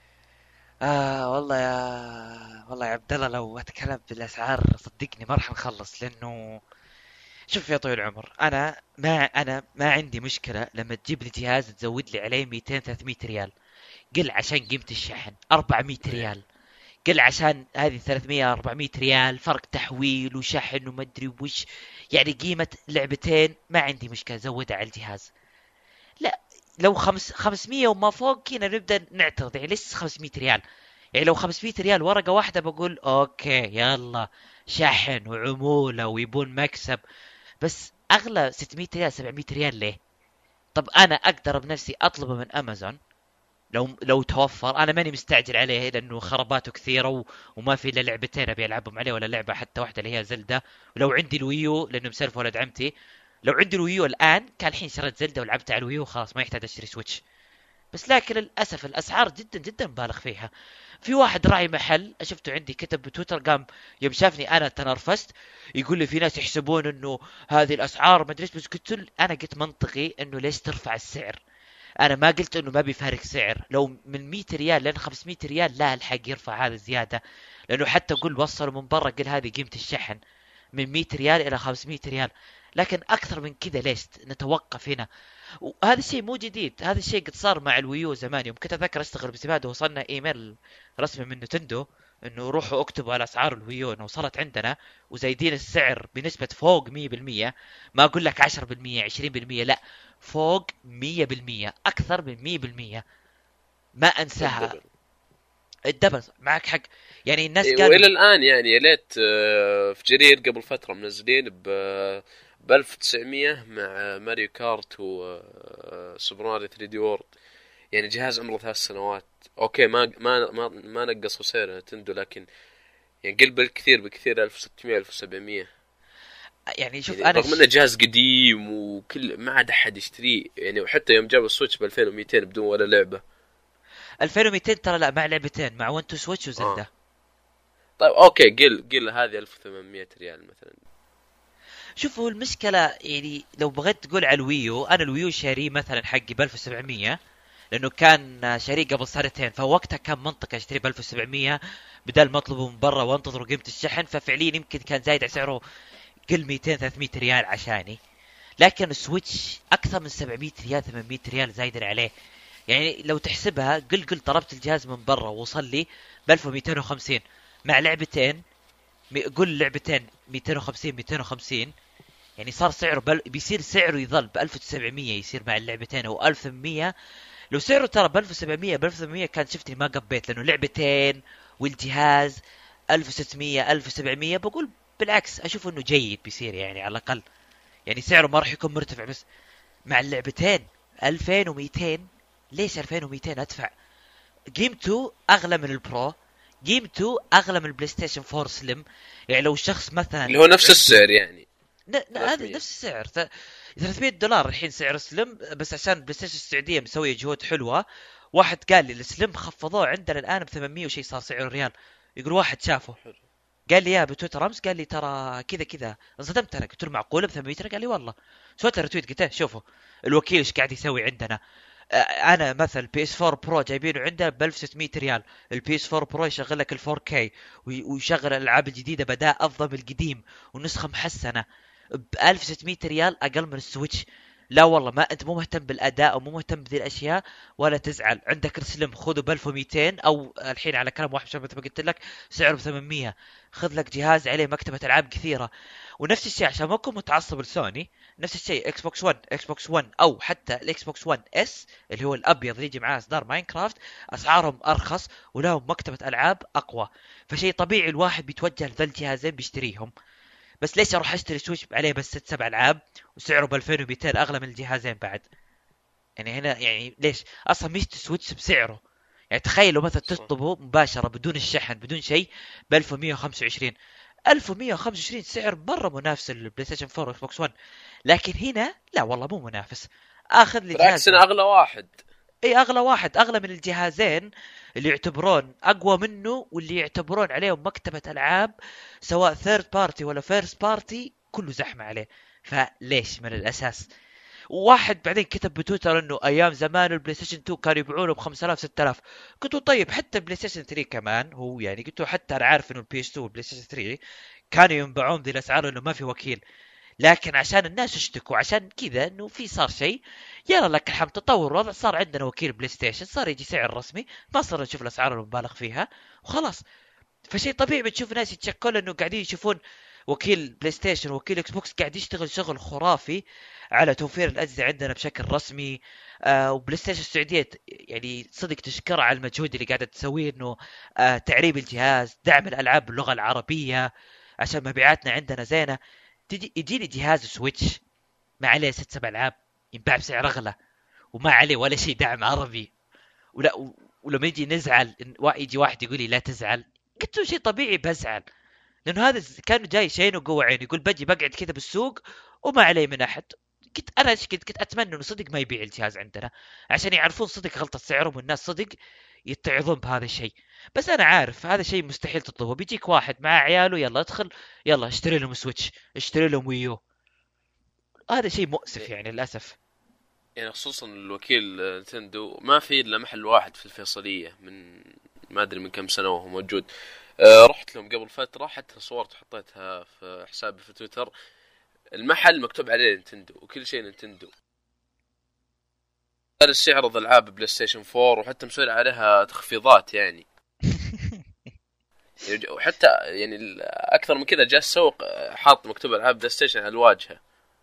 آه والله يا والله يا عبد الله، لو اتكلم بالاسعار صدقني ما راح نخلص، لانه شوف يا طويل العمر، انا ما انا ما عندي مشكله لما تجيب لي جهاز تزود لي عليه مئتين ثلاثمية ريال، قل عشان قيمه الشحن أربعمية إيه. ريال، قل عشان هذه ثلاثمية أربعمية ريال فرق تحويل وشحن وما ادري وش، يعني قيمه لعبتين ما عندي مشكله زودها على الجهاز. لا، لو خمس خمسمية وما فوق كنا نبدا نعترض، يعني ليش خمسمية ريال؟ يعني لو خمسمية ريال ورقه واحده بقول اوكي يلا شحن وعموله ويبون مكسب، بس اغلى ستمية ريال سبعمية ريال ليه؟ طب انا اقدر بنفسي اطلبه من امازون لو لو توفر، انا ماني مستعجل عليه لانه خرباته كثيره و... وما في الا لعبتين ابي العبهم عليه ولا لعبه حتى واحده اللي هي زلده. ولو عندي الويو لانه مسلف ولد عمتي، لو عندي الويو الان كان الحين شريت زلده ولعبتها على الويو خلاص ما يحتاج اشتري سويتش. بس لكن للاسف الاسعار جدا جدا مبالغ فيها. في واحد راعي محل شفته عندي كتب بتويتر، قام يوم شافني انا تنرفزت يقول لي في ناس يحسبون انه هذه الاسعار ما ادري ايش، بس قلت له انا قلت منطقي انه ليش ترفع السعر؟ انا ما قلت انه ما بيفارق سعر، لو من مية ريال لين خمسمية ريال لا الحق يرفع هذا زياده، لانه حتى قل وصلوا من برا قل هذه قيمه الشحن من مية ريال الى خمسمية ريال، لكن اكثر من كذا ليش نتوقف هنا؟ وهذا الشيء مو جديد، هذا الشيء قد صار مع الويو زمان، يوم كنت اتذكر اشتغل بزباده وصلنا ايميل رسمي من نتندو انه روحوا اكتبوا على اسعار الويو انه وصلت عندنا وزايدين السعر بنسبه فوق مية بالمية، ما اقول لك عشرة بالمية عشرين بالمية لا، فوق مية بالمية اكثر من مية بالمية، ما انساها. الدبل. الدبل معك حق، يعني الناس إيه، قالوا والى الان يعني يا ليت آه، في جرير قبل فتره منزلين ب ب ألف وتسعمية مع ماريو كارت وسوبر ماريو ثري دي وورد. يعني جهاز عمره ثلاث سنوات. اوكي ما ما ما, ما نقصوا سعر نتندو، لكن يعني قل بالكثير بكثير ألف وستمية ألف وسبعمية. يعني شوف يعني انا رغم انه جهاز قديم وكل ما عاد احد يشتريه يعني، وحتى يوم جابوا السويتش ب ألفين ومئتين بدون ولا لعبه. ألفين ومئتين ترى لا مع لعبتين مع وان تو سويتش اه وزلدا. طيب اوكي قل قل هذه ألف وثمانمية ريال مثلا. شوف هو المشكله يعني لو بغيت تقول على الويو، انا الويو شاريه مثلا حقي ب ألف وسبعمية، لانه كان شاريه قبل سنتين، فوقتها كان منطقي اشتريه ب ألف وسبعمية بدل ما اطلبه من برا وانتظر قيمه الشحن، ففعليا يمكن كان زايد على سعره قل مئتين ثلاثمية ريال عشاني. لكن السويتش اكثر من سبعمية ريال ثمانمية ريال زايد عليه. يعني لو تحسبها قل قل طلبت الجهاز من برا ووصل لي ب ألف ومئتين وخمسين مع لعبتين، قل لعبتين مئتين وخمسين مئتين وخمسين، يعني صار سعره بل... بيصير سعره يظل ب ألف وتسعمية يصير مع اللعبتين او ألف وثمانمية. لو سعره ترى ب ألف وسبعمية ب ألف وثمانمية كان شفتني ما قبيت، لانه لعبتين والجهاز ألف وستمية ألف وسبعمية، بقول بالعكس اشوف انه جيد بيصير يعني على الاقل، يعني سعره ما راح يكون مرتفع. بس مع اللعبتين ألفين ومئتين، ليش ألفين ومئتين ادفع؟ قيمته اغلى من البرو، قيمته اغلى من البلاي ستيشن فور سليم. يعني لو الشخص مثلا اللي هو نفس عنده السعر يعني ن... ن... هذا ثلاثمية. نفس السعر ث- ثلاثمية دولار الحين سعر سلم، بس عشان بلاي ستيشن السعوديه مسويه جهود حلوه. واحد قال لي السلم خفضوه عندنا الان ب ثمانمية وشي صار سعره ريال. يقول واحد شافه حلو. قال لي يا بتويتر امس، قال لي ترى كذا كذا، انصدمت انا، قلت له معقوله ب ثمانمية؟ قال لي والله. سويت له ريتويت، قلت له شوفوا الوكيل ايش قاعد يسوي عندنا. آه، انا مثلا بي اس فور برو جايبينه عندنا ب ألف وستمية ريال، البي اس فور برو يشغل لك ال فور كي ويشغل الالعاب الجديده باداء افضل من القديم ونسخه محسنه ب ألف وستمية ريال اقل من السويتش. لا والله ما انت مو مهتم بالاداء ومو مهتم بذي الاشياء ولا تزعل، عندك السلم خذه ب ألف ومئتين، او الحين على كلام واحد شباب مثل ما قلت لك سعره ب ثمانمية، خذ لك جهاز عليه مكتبه العاب كثيره. ونفس الشيء عشان ما اكون متعصب لسوني، نفس الشيء اكس بوكس ون، اكس بوكس ون او حتى الاكس بوكس ون اس اللي هو الابيض اللي يجي معاه اصدار ماينكرافت، اسعارهم ارخص ولهم مكتبه العاب اقوى. فشيء طبيعي الواحد بيتوجه لذا الجهازين بيشتريهم. بس ليش اروح اشتري سويتش عليه بس ست سبع العاب وسعره ب ألفين ومئتين اغلى من الجهازين بعد؟ يعني هنا يعني ليش اصلا ميزه السويتش بسعره؟ يعني تخيل لو مثلا صح. تطلبه مباشره بدون الشحن بدون شيء ب ألف ومئة وخمسة وعشرين، ألف ومئة وخمسة وعشرين سعر مره منافس للبلاي ستيشن فور واكس بوكس ون. لكن هنا لا والله مو منافس. اخذ لي بالعكس جهاز انا من اغلى واحد. اي اغلى واحد، اغلى من الجهازين اللي يعتبرون اقوى منه واللي يعتبرون عليهم مكتبة العاب سواء ثيرد بارتي ولا فيرست بارتي كله زحمة عليه. فليش من الاساس؟ واحد بعدين كتب بتويتر انه ايام زمان البلاي ستيشن تو كانوا يبيعونه ب خمسة آلاف ستة آلاف. قلت له طيب حتى البلاي ستيشن ثري كمان هو يعني، قلت له حتى انا عارف انه البي اس تو والبلاي ستيشن ثري كانوا ينباعون ذي الاسعار انه ما في وكيل، لكن عشان الناس يشتكوا عشان كذا انه في صار شيء، يلا لك الحمد تطور الوضع، صار عندنا وكيل بلاي ستيشن، صار يجي سعر رسمي، ما صرنا نشوف الاسعار المبالغ فيها وخلاص. فشيء طبيعي بتشوف ناس يتشكلوا انه قاعدين يشوفون وكيل بلاي ستيشن وكيل اكس بوكس قاعد يشتغل شغل خرافي على توفير الاجهزه عندنا بشكل رسمي. آه وبلاي ستيشن السعوديه يعني صدق تشكر على المجهود اللي قاعده تسويه، انه آه تعريب الجهاز، دعم الالعاب باللغه العربيه عشان مبيعاتنا عندنا زينه. تجي يجيني جهاز سويتش ما عليه ست سبع العاب ينباع بسعر اغلى وما عليه ولا شيء دعم عربي، ولا و- ولما يجي نزعل إن وا- يجي واحد يقول لي لا تزعل، قلت له شيء طبيعي بزعل، لانه هذا ز- كان جاي شيء وقوة عيني، يقول بجي بقعد كذا بالسوق وما علي من احد. كنت انا ايش كنت كنت اتمنى انه صدق ما يبيع الجهاز عندنا عشان يعرفون صدق غلطة سعرهم والناس صدق يتعظون بهذا الشيء. بس انا عارف هذا شيء مستحيل تطلبه، بيجيك واحد مع عياله يلا ادخل يلا اشتري لهم سويتش اشتري لهم ويو. هذا شيء مؤسف يعني للاسف. يعني خصوصا الوكيل آه، نتندو ما في الا محل واحد في الفيصلية، من ما ادري من كم سنة وهو موجود. أه رحت لهم قبل فترة، حتى صورت حطيتها في حسابي في تويتر. المحل مكتوب عليه نينتندو وكل شيء نينتندو. جالس يعرض العاب بلاي ستيشن فور وحتى مسوي عليها تخفيضات يعني. يعني وحتى يعني ال- اكثر من كذا جاء السوق آه، حاط مكتوب العاب بلاي ستيشن على الواجهه،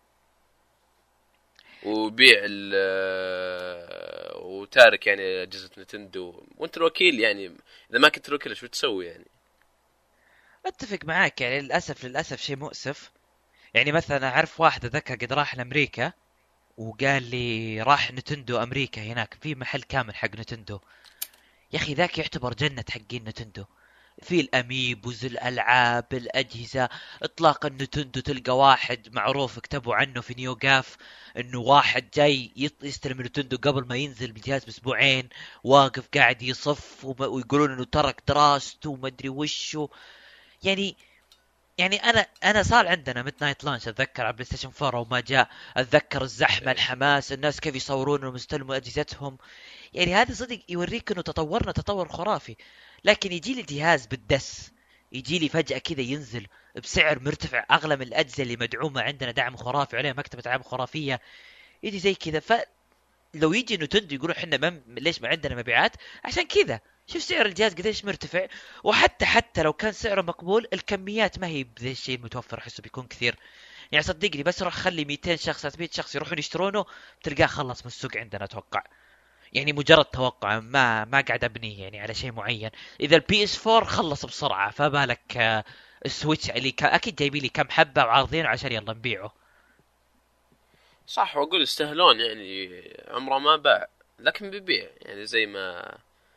وبيع ال آه، وتارك يعني اجهزه نتندو، وانت الوكيل يعني. اذا ما كنت الوكيل شو تسوي يعني؟ اتفق معاك يعني للاسف للاسف شيء مؤسف. يعني مثلا اعرف واحد ذكر قد راح لامريكا وقال لي راح نتندو امريكا، هناك في محل كامل حق نتندو. يا اخي ذاك يعتبر جنة حقين نتندو، في الاميبوز الالعاب الاجهزه. اطلاقا نتندو تلقى واحد معروف كتبوا عنه في نيوغاف انه واحد جاي يط- يستلم نتندو قبل ما ينزل بالجهاز باسبوعين، واقف قاعد يصف وب- ويقولون انه ترك دراسته وما ادري وشه. يعني يعني انا انا صار عندنا ميد نايت لانش اتذكر على بلاي ستيشن فور وما جاء، اتذكر الزحمه إيه. الحماس الناس كيف يصورون ومستلموا اجهزتهم. يعني هذا صدق يوريك انه تطورنا تطور خرافي. لكن يجي لي جهاز بالدس، يجي لي فجأة كذا ينزل بسعر مرتفع، اغلى من الاجهزة اللي مدعومة عندنا دعم خرافي عليها مكتبة العاب خرافية، يجي زي كذا. فلو يجي نتندو يقولوا احنا ما ليش ما عندنا مبيعات عشان كذا، شوف سعر الجهاز قديش مرتفع. وحتى حتى لو كان سعره مقبول، الكميات ما هي بذا الشيء المتوفر، احسه بيكون كثير. يعني صدقني بس روح خلي مئتين شخص ثلاثمئة شخص يروحون يشترونه، بتلقاه خلص من السوق عندنا اتوقع. يعني مجرد توقع، ما ما قاعد ابنيه يعني على شيء معين. اذا البي اس فور خلص بسرعه، فبالك آه، السويتش اللي كا- اكيد جايبين لي كم حبه وعارضينه عشان يلا نبيعه. صح، واقول يستاهلون يعني، عمره ما باع لكن بيبيع يعني زي ما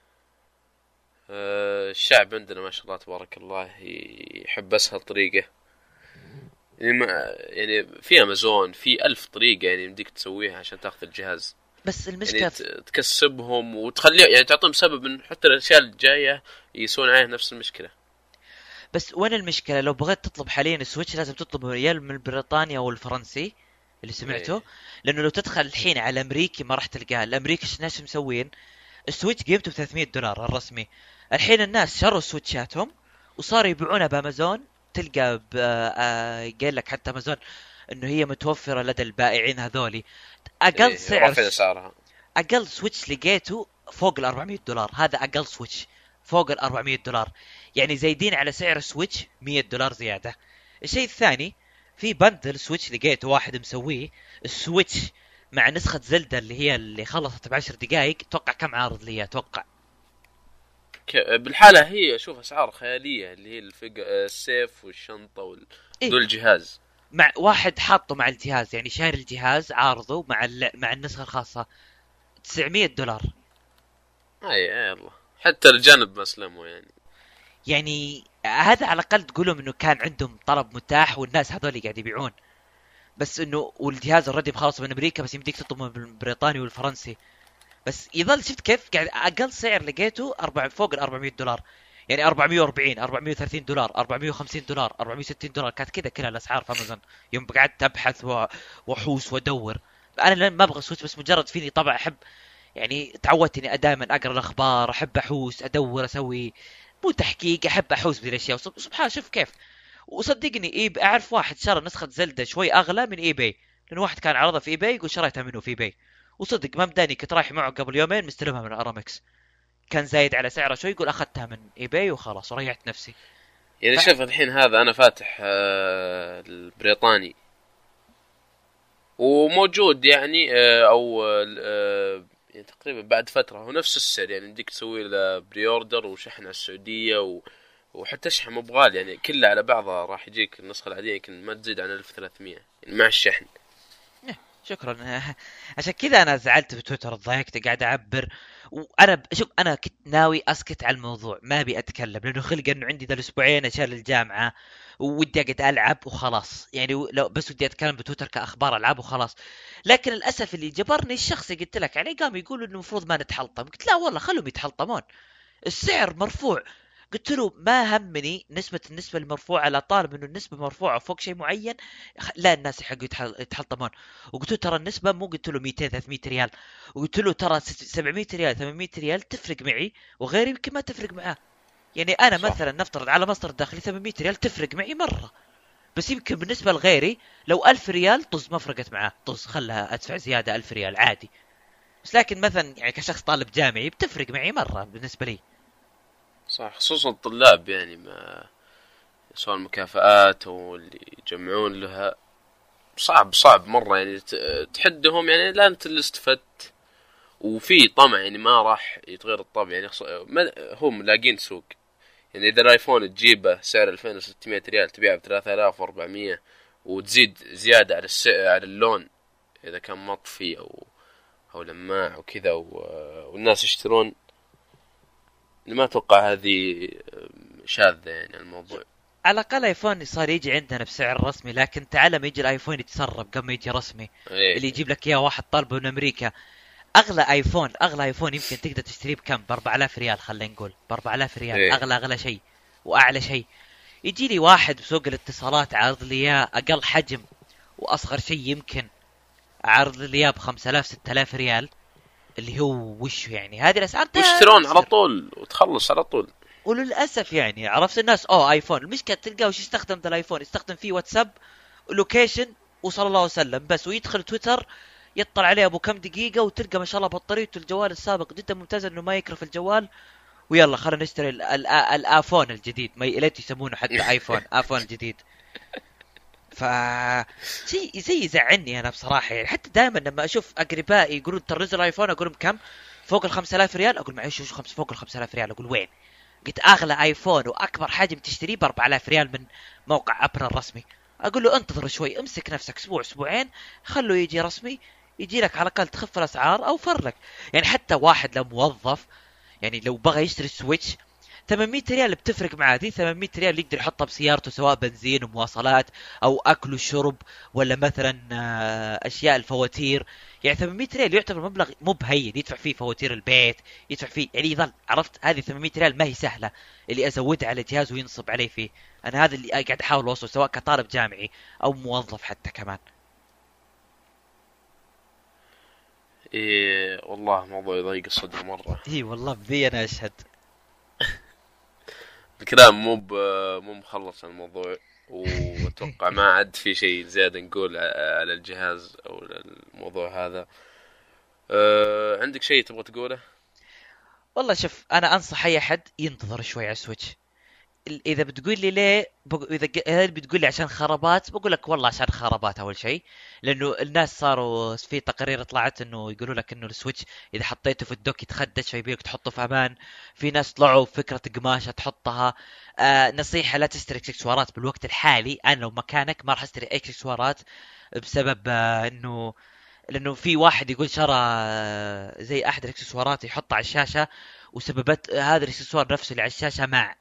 آه، الشعب عندنا ما شاء الله تبارك الله يحب اسهل طريقة. يعني ما يعني في امازون في الف طريقة يعني يمديك تسويها عشان تاخذ الجهاز. بس يعني المشكله ت- تكسبهم وتخليه يعني تعطيهم سبب ان حتى الاشياء الجاية يسوون عليها نفس المشكلة. بس وين المشكله؟ لو بغيت تطلب حاليا السويتش لازم تطلبه يا من بريطانيا او الفرنسي اللي سمعته. ايه لانه لو تدخل الحين على الامريكي ما راح تلقاه. الامريكي الناس مسوين السويتش قيمته ب ثلاثمئة دولار الرسمي. الحين الناس شروا سويتشاتهم وصاروا يبيعونها بامازون. تلقى ب... آه... قايل لك حتى امازون انه هي متوفرة لدى البائعين هذولي. اقل ايه سعر رافعين اسعارها. اقل سويتش لقيته فوق ال أربعمئة دولار. هذا اقل سويتش فوق ال أربعمئة دولار، يعني زايدين على سعر سويتش مئة دولار زيادة. الشيء الثاني، في بندل سويتش لقيته واحد مسويه السويتش مع نسخة زلدة اللي هي اللي خلصت بعشر دقائق. توقع كم عارض لي؟ اتوقع ك- بالحالة هي اشوف اسعار خيالية، اللي هي الفق... السيف والشنطة وال... ايه، دول الجهاز. مع واحد حاطه مع الجهاز، يعني شاري الجهاز عارضه مع الل... مع النسخة الخاصة تسعمئة دولار. اي اي الله، حتى الجانب ما اسلموا يعني. يعني هذا على الاقل تقولهم انه كان عندهم طلب متاح والناس هذول قاعد يبيعون. بس انه والجهاز الردي بخلص من امريكا، بس يمديك تطلبه من البريطاني والفرنسي. بس يظل، شفت كيف قاعد اقل سعر لقيته أربعة فوق ال أربعمئة دولار. يعني أربعمئة وأربعين، أربعمئة وثلاثين دولار، أربعمئة وخمسين دولار، أربعمئة وستين دولار. كانت كذا كلها الاسعار في امازون يوم قعدت ابحث و- واحوس وادور. انا لين ما ابغى سويتش، بس مجرد فيني طبع احب، يعني تعودت اني دائما اقرا الاخبار، احب احوس ادور اسوي مو تحقيق، احب احوس بذي الاشياء. وسب- سبحان شوف كيف. وصدقني ايب اعرف واحد شرى نسخة زلدة شوي اغلى من اي باي، لانه واحد كان عرضها في اي باي يقول شريتها منه في اي باي. وصدق ما مداني، كنت رايح معه قبل يومين مستلمها من ارامكس، كان زايد على سعره شوي، يقول اخذتها من اي باي وخلاص وريحت نفسي. يعني ف... شوف الحين هذا انا فاتح آه، البريطاني وموجود يعني آه، او آه، يعني تقريبا بعد فترة هو نفس السعر، يعني يمديك تسوي له بري اوردر وشحن على السعودية و... وحتى شحن مو بغالي يعني، كله على بعضها راح يجيك النسخة العادية يمكن ما تزيد عن ألف وثلاثمئة يعني مع الشحن. إيه، شكرا. عشان كذا انا زعلت في تويتر، ضايقت قاعد اعبر. وانا ب- شوف انا كنت ناوي اسكت على الموضوع، ما ابي اتكلم، لانه خلق انه عندي ذا الاسبوعين اشياء للجامعه ودي اقعد العب وخلاص. يعني لو بس ودي اتكلم بتويتر كاخبار العاب وخلاص. لكن للاسف اللي جبرني الشخص اللي قلت لك عليه، قام يقول انه المفروض ما نتحلطم. قلت لا والله خلهم يتحلطمون، السعر مرفوع. قلت له ما همني نسبة النسبة المرفوعة، لا طالب انه النسبة مرفوعة فوق شيء معين خ- لا الناس يحقوا يتحل- يتحلطمون. وقلت له ترى النسبة مو، قلت له مئتين ثلاثمئة ريال، وقلت له ترى ست- سبعمئة ريال ثمانمئة ريال تفرق معي وغيري يمكن ما تفرق معاه. يعني انا صح مثلا نفترض على مصدر داخلي ثمانمئة ريال تفرق معي مرة، بس يمكن بالنسبة لغيري لو ألف ريال طز ما فرقت معاه، طز خلها ادفع زيادة ألف ريال عادي. بس لكن مثلا يعني كشخص طالب جامعي بتفرق معي مرة بالنسبة لي. صح، خصوصا الطلاب يعني ما سواء المكافآت او اللي يجمعون لها صعب صعب مرة يعني ت- تحدهم يعني، لا انت اللي استفدت وفي طمع يعني ما راح يتغير الطبع يعني خص... ما... هم لاقين سوق. يعني اذا الايفون تجيبه سعر ألفين وستمئة ريال تبيعه ب ثلاثة آلاف وأربعمئة وتزيد زيادة على الس... على اللون اذا كان مطفي او او لماع وكذا و... والناس يشترون، ما اتوقع هذه شاذة يعني الموضوع. على الاقل ايفون صار يجي عندنا بسعر رسمي، لكن تعال لما يجي الايفون يتسرب قبل ما يجي رسمي، اللي ايه يجيب لك اياه واحد طالبه من امريكا. اغلى ايفون اغلى ايفون يمكن تقدر تشتريه بكم؟ ب أربعة آلاف ريال، خلينا نقول ب أربعة آلاف ريال ايه اغلى اغلى شيء واعلى شيء. يجي لي واحد بسوق الاتصالات عارض لي اياه اقل حجم واصغر شيء يمكن، عارض لي اياه ب خمسة آلاف ستة آلاف ريال. اللي هو وش يعني هذه الاسعار ويشترون على طول وتخلص على طول. وللاسف يعني عرفت الناس اوه ايفون، المشكله تلقاه وش يستخدم ذا الايفون، يستخدم فيه واتساب ولوكيشن وصلى الله وسلم بس، ويدخل تويتر يطلع عليه ابو كم دقيقه وتلقى ما شاء الله بطاريته الجوال السابق جدا ممتازه انه ما يكرف الجوال، ويلا خلينا نشتري الافون الجديد، ما ليت يسمونه حتى ايفون افون الجديد. ف شيء زي يزعلني انا بصراحه يعني. حتى دائما لما اشوف اقربائي يقولون ترى الايفون اقول لهم كم، فوق ال خمسة آلاف ريال، اقول معلش وش خمس فوق ال خمسة آلاف ريال، اقول وين؟ قلت اغلى ايفون واكبر حجم تشتريه ب أربعة آلاف ريال من موقع ابل الرسمي. اقول له انتظر شوي، امسك نفسك اسبوع اسبوعين، خلوا يجي رسمي يجي لك على الاقل تخف الاسعار او فرلك. يعني حتى واحد لو موظف يعني لو بغى يشتري سويتش ثمانمية ريال بتفرق معاه، ذي ثمانمية ريال يقدر يحطها بسيارته سواء بنزين ومواصلات او اكل وشرب ولا مثلا اشياء الفواتير. يعني ثمانمية ريال يعتبر مبلغ مو بهين يدفع فيه فواتير البيت، يدفع فيه يعني يظل عرفت هذه ثمانمية ريال ما هي سهله اللي ازودها على جهاز وينصب عليه فيه. انا هذا اللي قاعد احاول اوصله سواء كطالب جامعي او موظف حتى كمان. ايه والله موضوع يضيق الصدر مرة. اي والله بذي انا اشهد. الكلام مو مو مخلص الموضوع، واتوقع ما عاد في شيء زيادة نقول على الجهاز او الموضوع هذا. أه عندك شيء تبغى تقوله؟ والله شوف انا انصح اي احد ينتظر شوي على السويتش. اذا بتقول لي ليه بق... اذا ج- بتقول لي عشان خرابات، بقول لك والله عشان خرابات اول شيء، لانه الناس صاروا في تقارير طلعت انه يقولوا لك انه السويتش اذا حطيته في الدوك يتخدش فيبيك تحطه في امان. في ناس طلعوا فكره قماشه تحطها. آه نصيحه لا تشتري اكسسوارات بالوقت الحالي، انا لو مكانك ما راح اشتري اي اكسسوارات بسبب آه انه لانه في واحد يقول شرى آه، زي احد الاكسسوارات يحطه على الشاشه وسببت هذا الاكسسوار نفسه اللي على الشاشه مع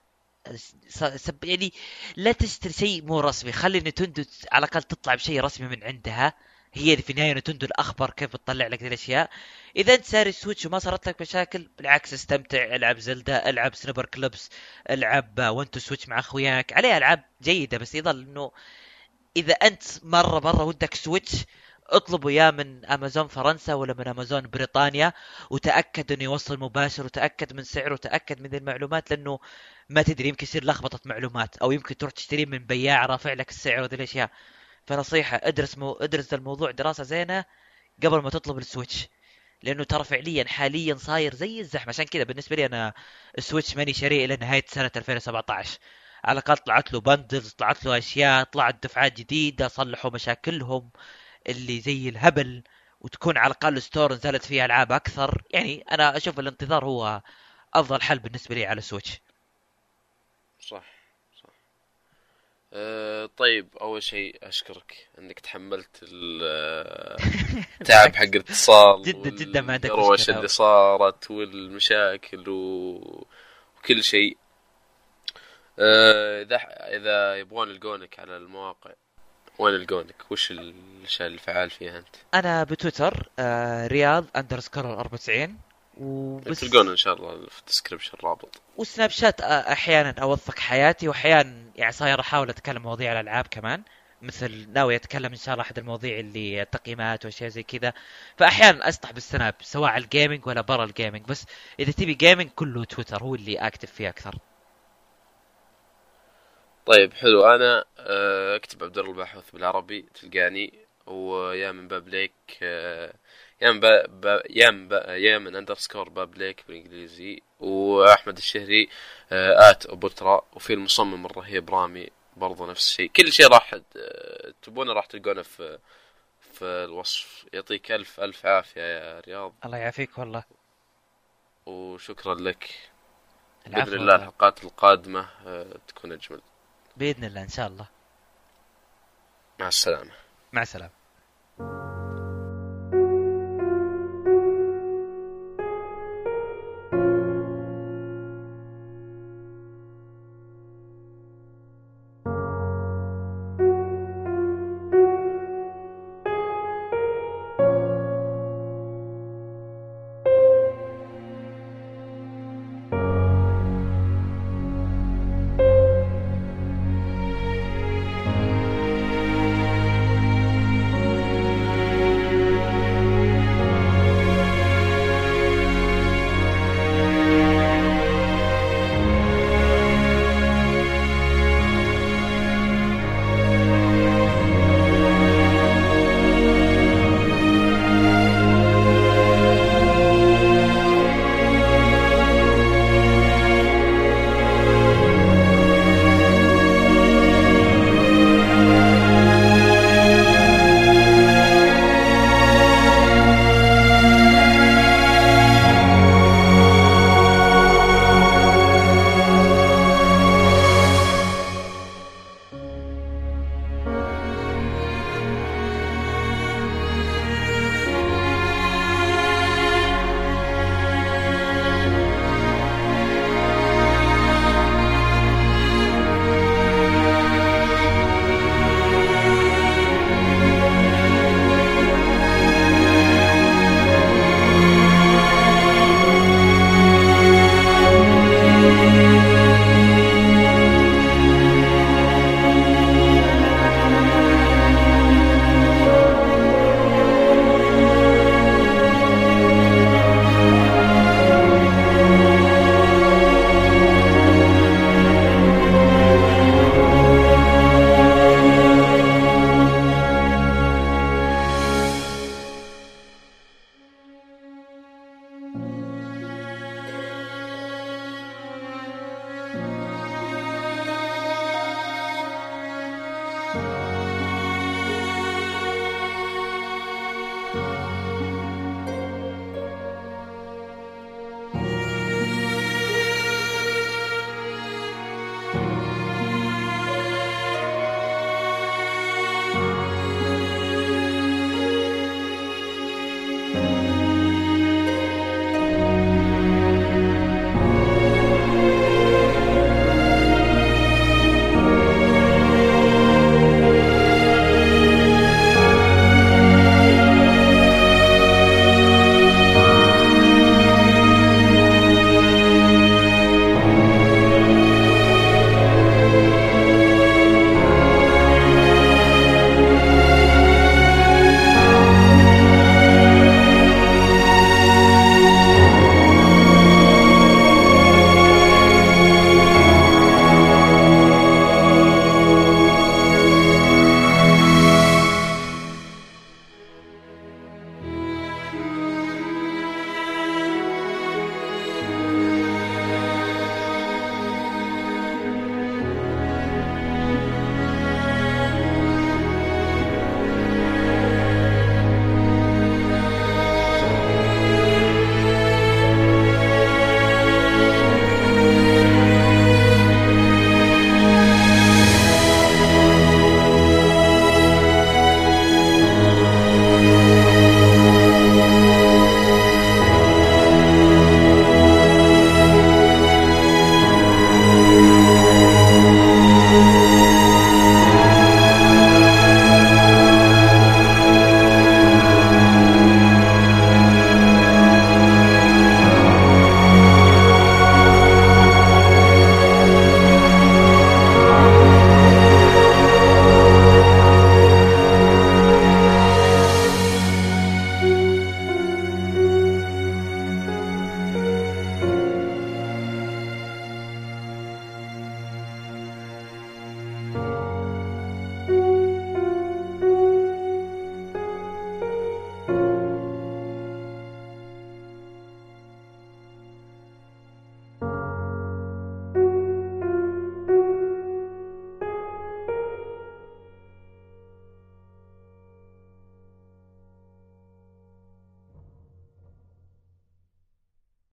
س- سب يعني. لا تشتري شيء مو رسمي، خلي نتندو على الاقل تطلع بشيء رسمي من عندها. هي اللي في النهايه نتندو الاخبر كيف بتطلع لك ذي الاشياء. اذا انت ساري السويتش وما صارت لك مشاكل بالعكس استمتع، العب زلدا، العب سنيبر كلبس، العب وانتو سويتش مع اخوياك، عليها العاب جيده. بس يظل انه اذا انت مره مره ودك سويتش اطلبه يا من امازون فرنسا ولا من امازون بريطانيا، وتاكد انه يوصل مباشر، وتاكد من سعره، وتاكد من ذي المعلومات، لانه ما تدري يمكن يصير لخبطه معلومات او يمكن تروح تشتري من بياع رافع لك السعر وذي الاشياء. فنصيحه ادرس مو... ادرس ذا الموضوع دراسه زينه قبل ما تطلب السويتش، لانه ترى فعليا حاليا صاير زي الزحمه. عشان كذا بالنسبه لي انا السويتش ماني شاريه الى نهايه سنه ألفين وسبعة عشر. على الاقل طلعت له بندلز، طلعت له اشياء، طلعت دفعات جديده صلحوا مشاكلهم اللي زي الهبل، وتكون على الاقل ستور نزلت فيها العاب اكثر. يعني انا اشوف الانتظار هو افضل حل بالنسبه لي على سويتش. صح صح. أه طيب اول شيء اشكرك انك تحملت التعب حق بالعكس الاتصال جدا جدا ما عندك والقروش مشكله. اللي صارت والمشاكل و... وكل شيء. أه اذا اذا يبغون يلقونك على المواقع وين يلقونك؟ وش الاشياء اللي فعال فيها انت؟ انا بتويتر آه رياض اندرسكور أربعة وتسعين وبس. تلقون ان شاء الله في الديسكربشن رابط. وسناب شات آه، احيانا اوثق حياتي، واحيانا يعني صاير احاول اتكلم مواضيع الالعاب كمان، مثل ناوي اتكلم ان شاء الله احد المواضيع اللي تقييمات واشياء زي كذا. فاحيانا اسطح بالسناب سواء على الجيمنج ولا برا الجيمنج، بس اذا تبي جيمنج كله تويتر هو اللي اكتب فيه اكثر. طيب حلو. انا آه، اكتب عبد الله الباحوث بالعربي تلقاني، ويا من باب ليك آه، يا من با با يا من با يا من اندرسكور باب ليك بالانجليزي، واحمد الشهري آه، ات اوبوترا، وفي المصمم الرهيب رامي برضو نفس الشيء. كل شيء راح آه، تبونه راح تلقونه في في الوصف. يعطيك الف الف عافية يا رياض، الله يعافيك والله. وشكرا لك. بإذن العفو الله والله. الحلقات القادمة آه، تكون أجمل. باذن الله ان شاء الله. مع السلامة. مع السلامه.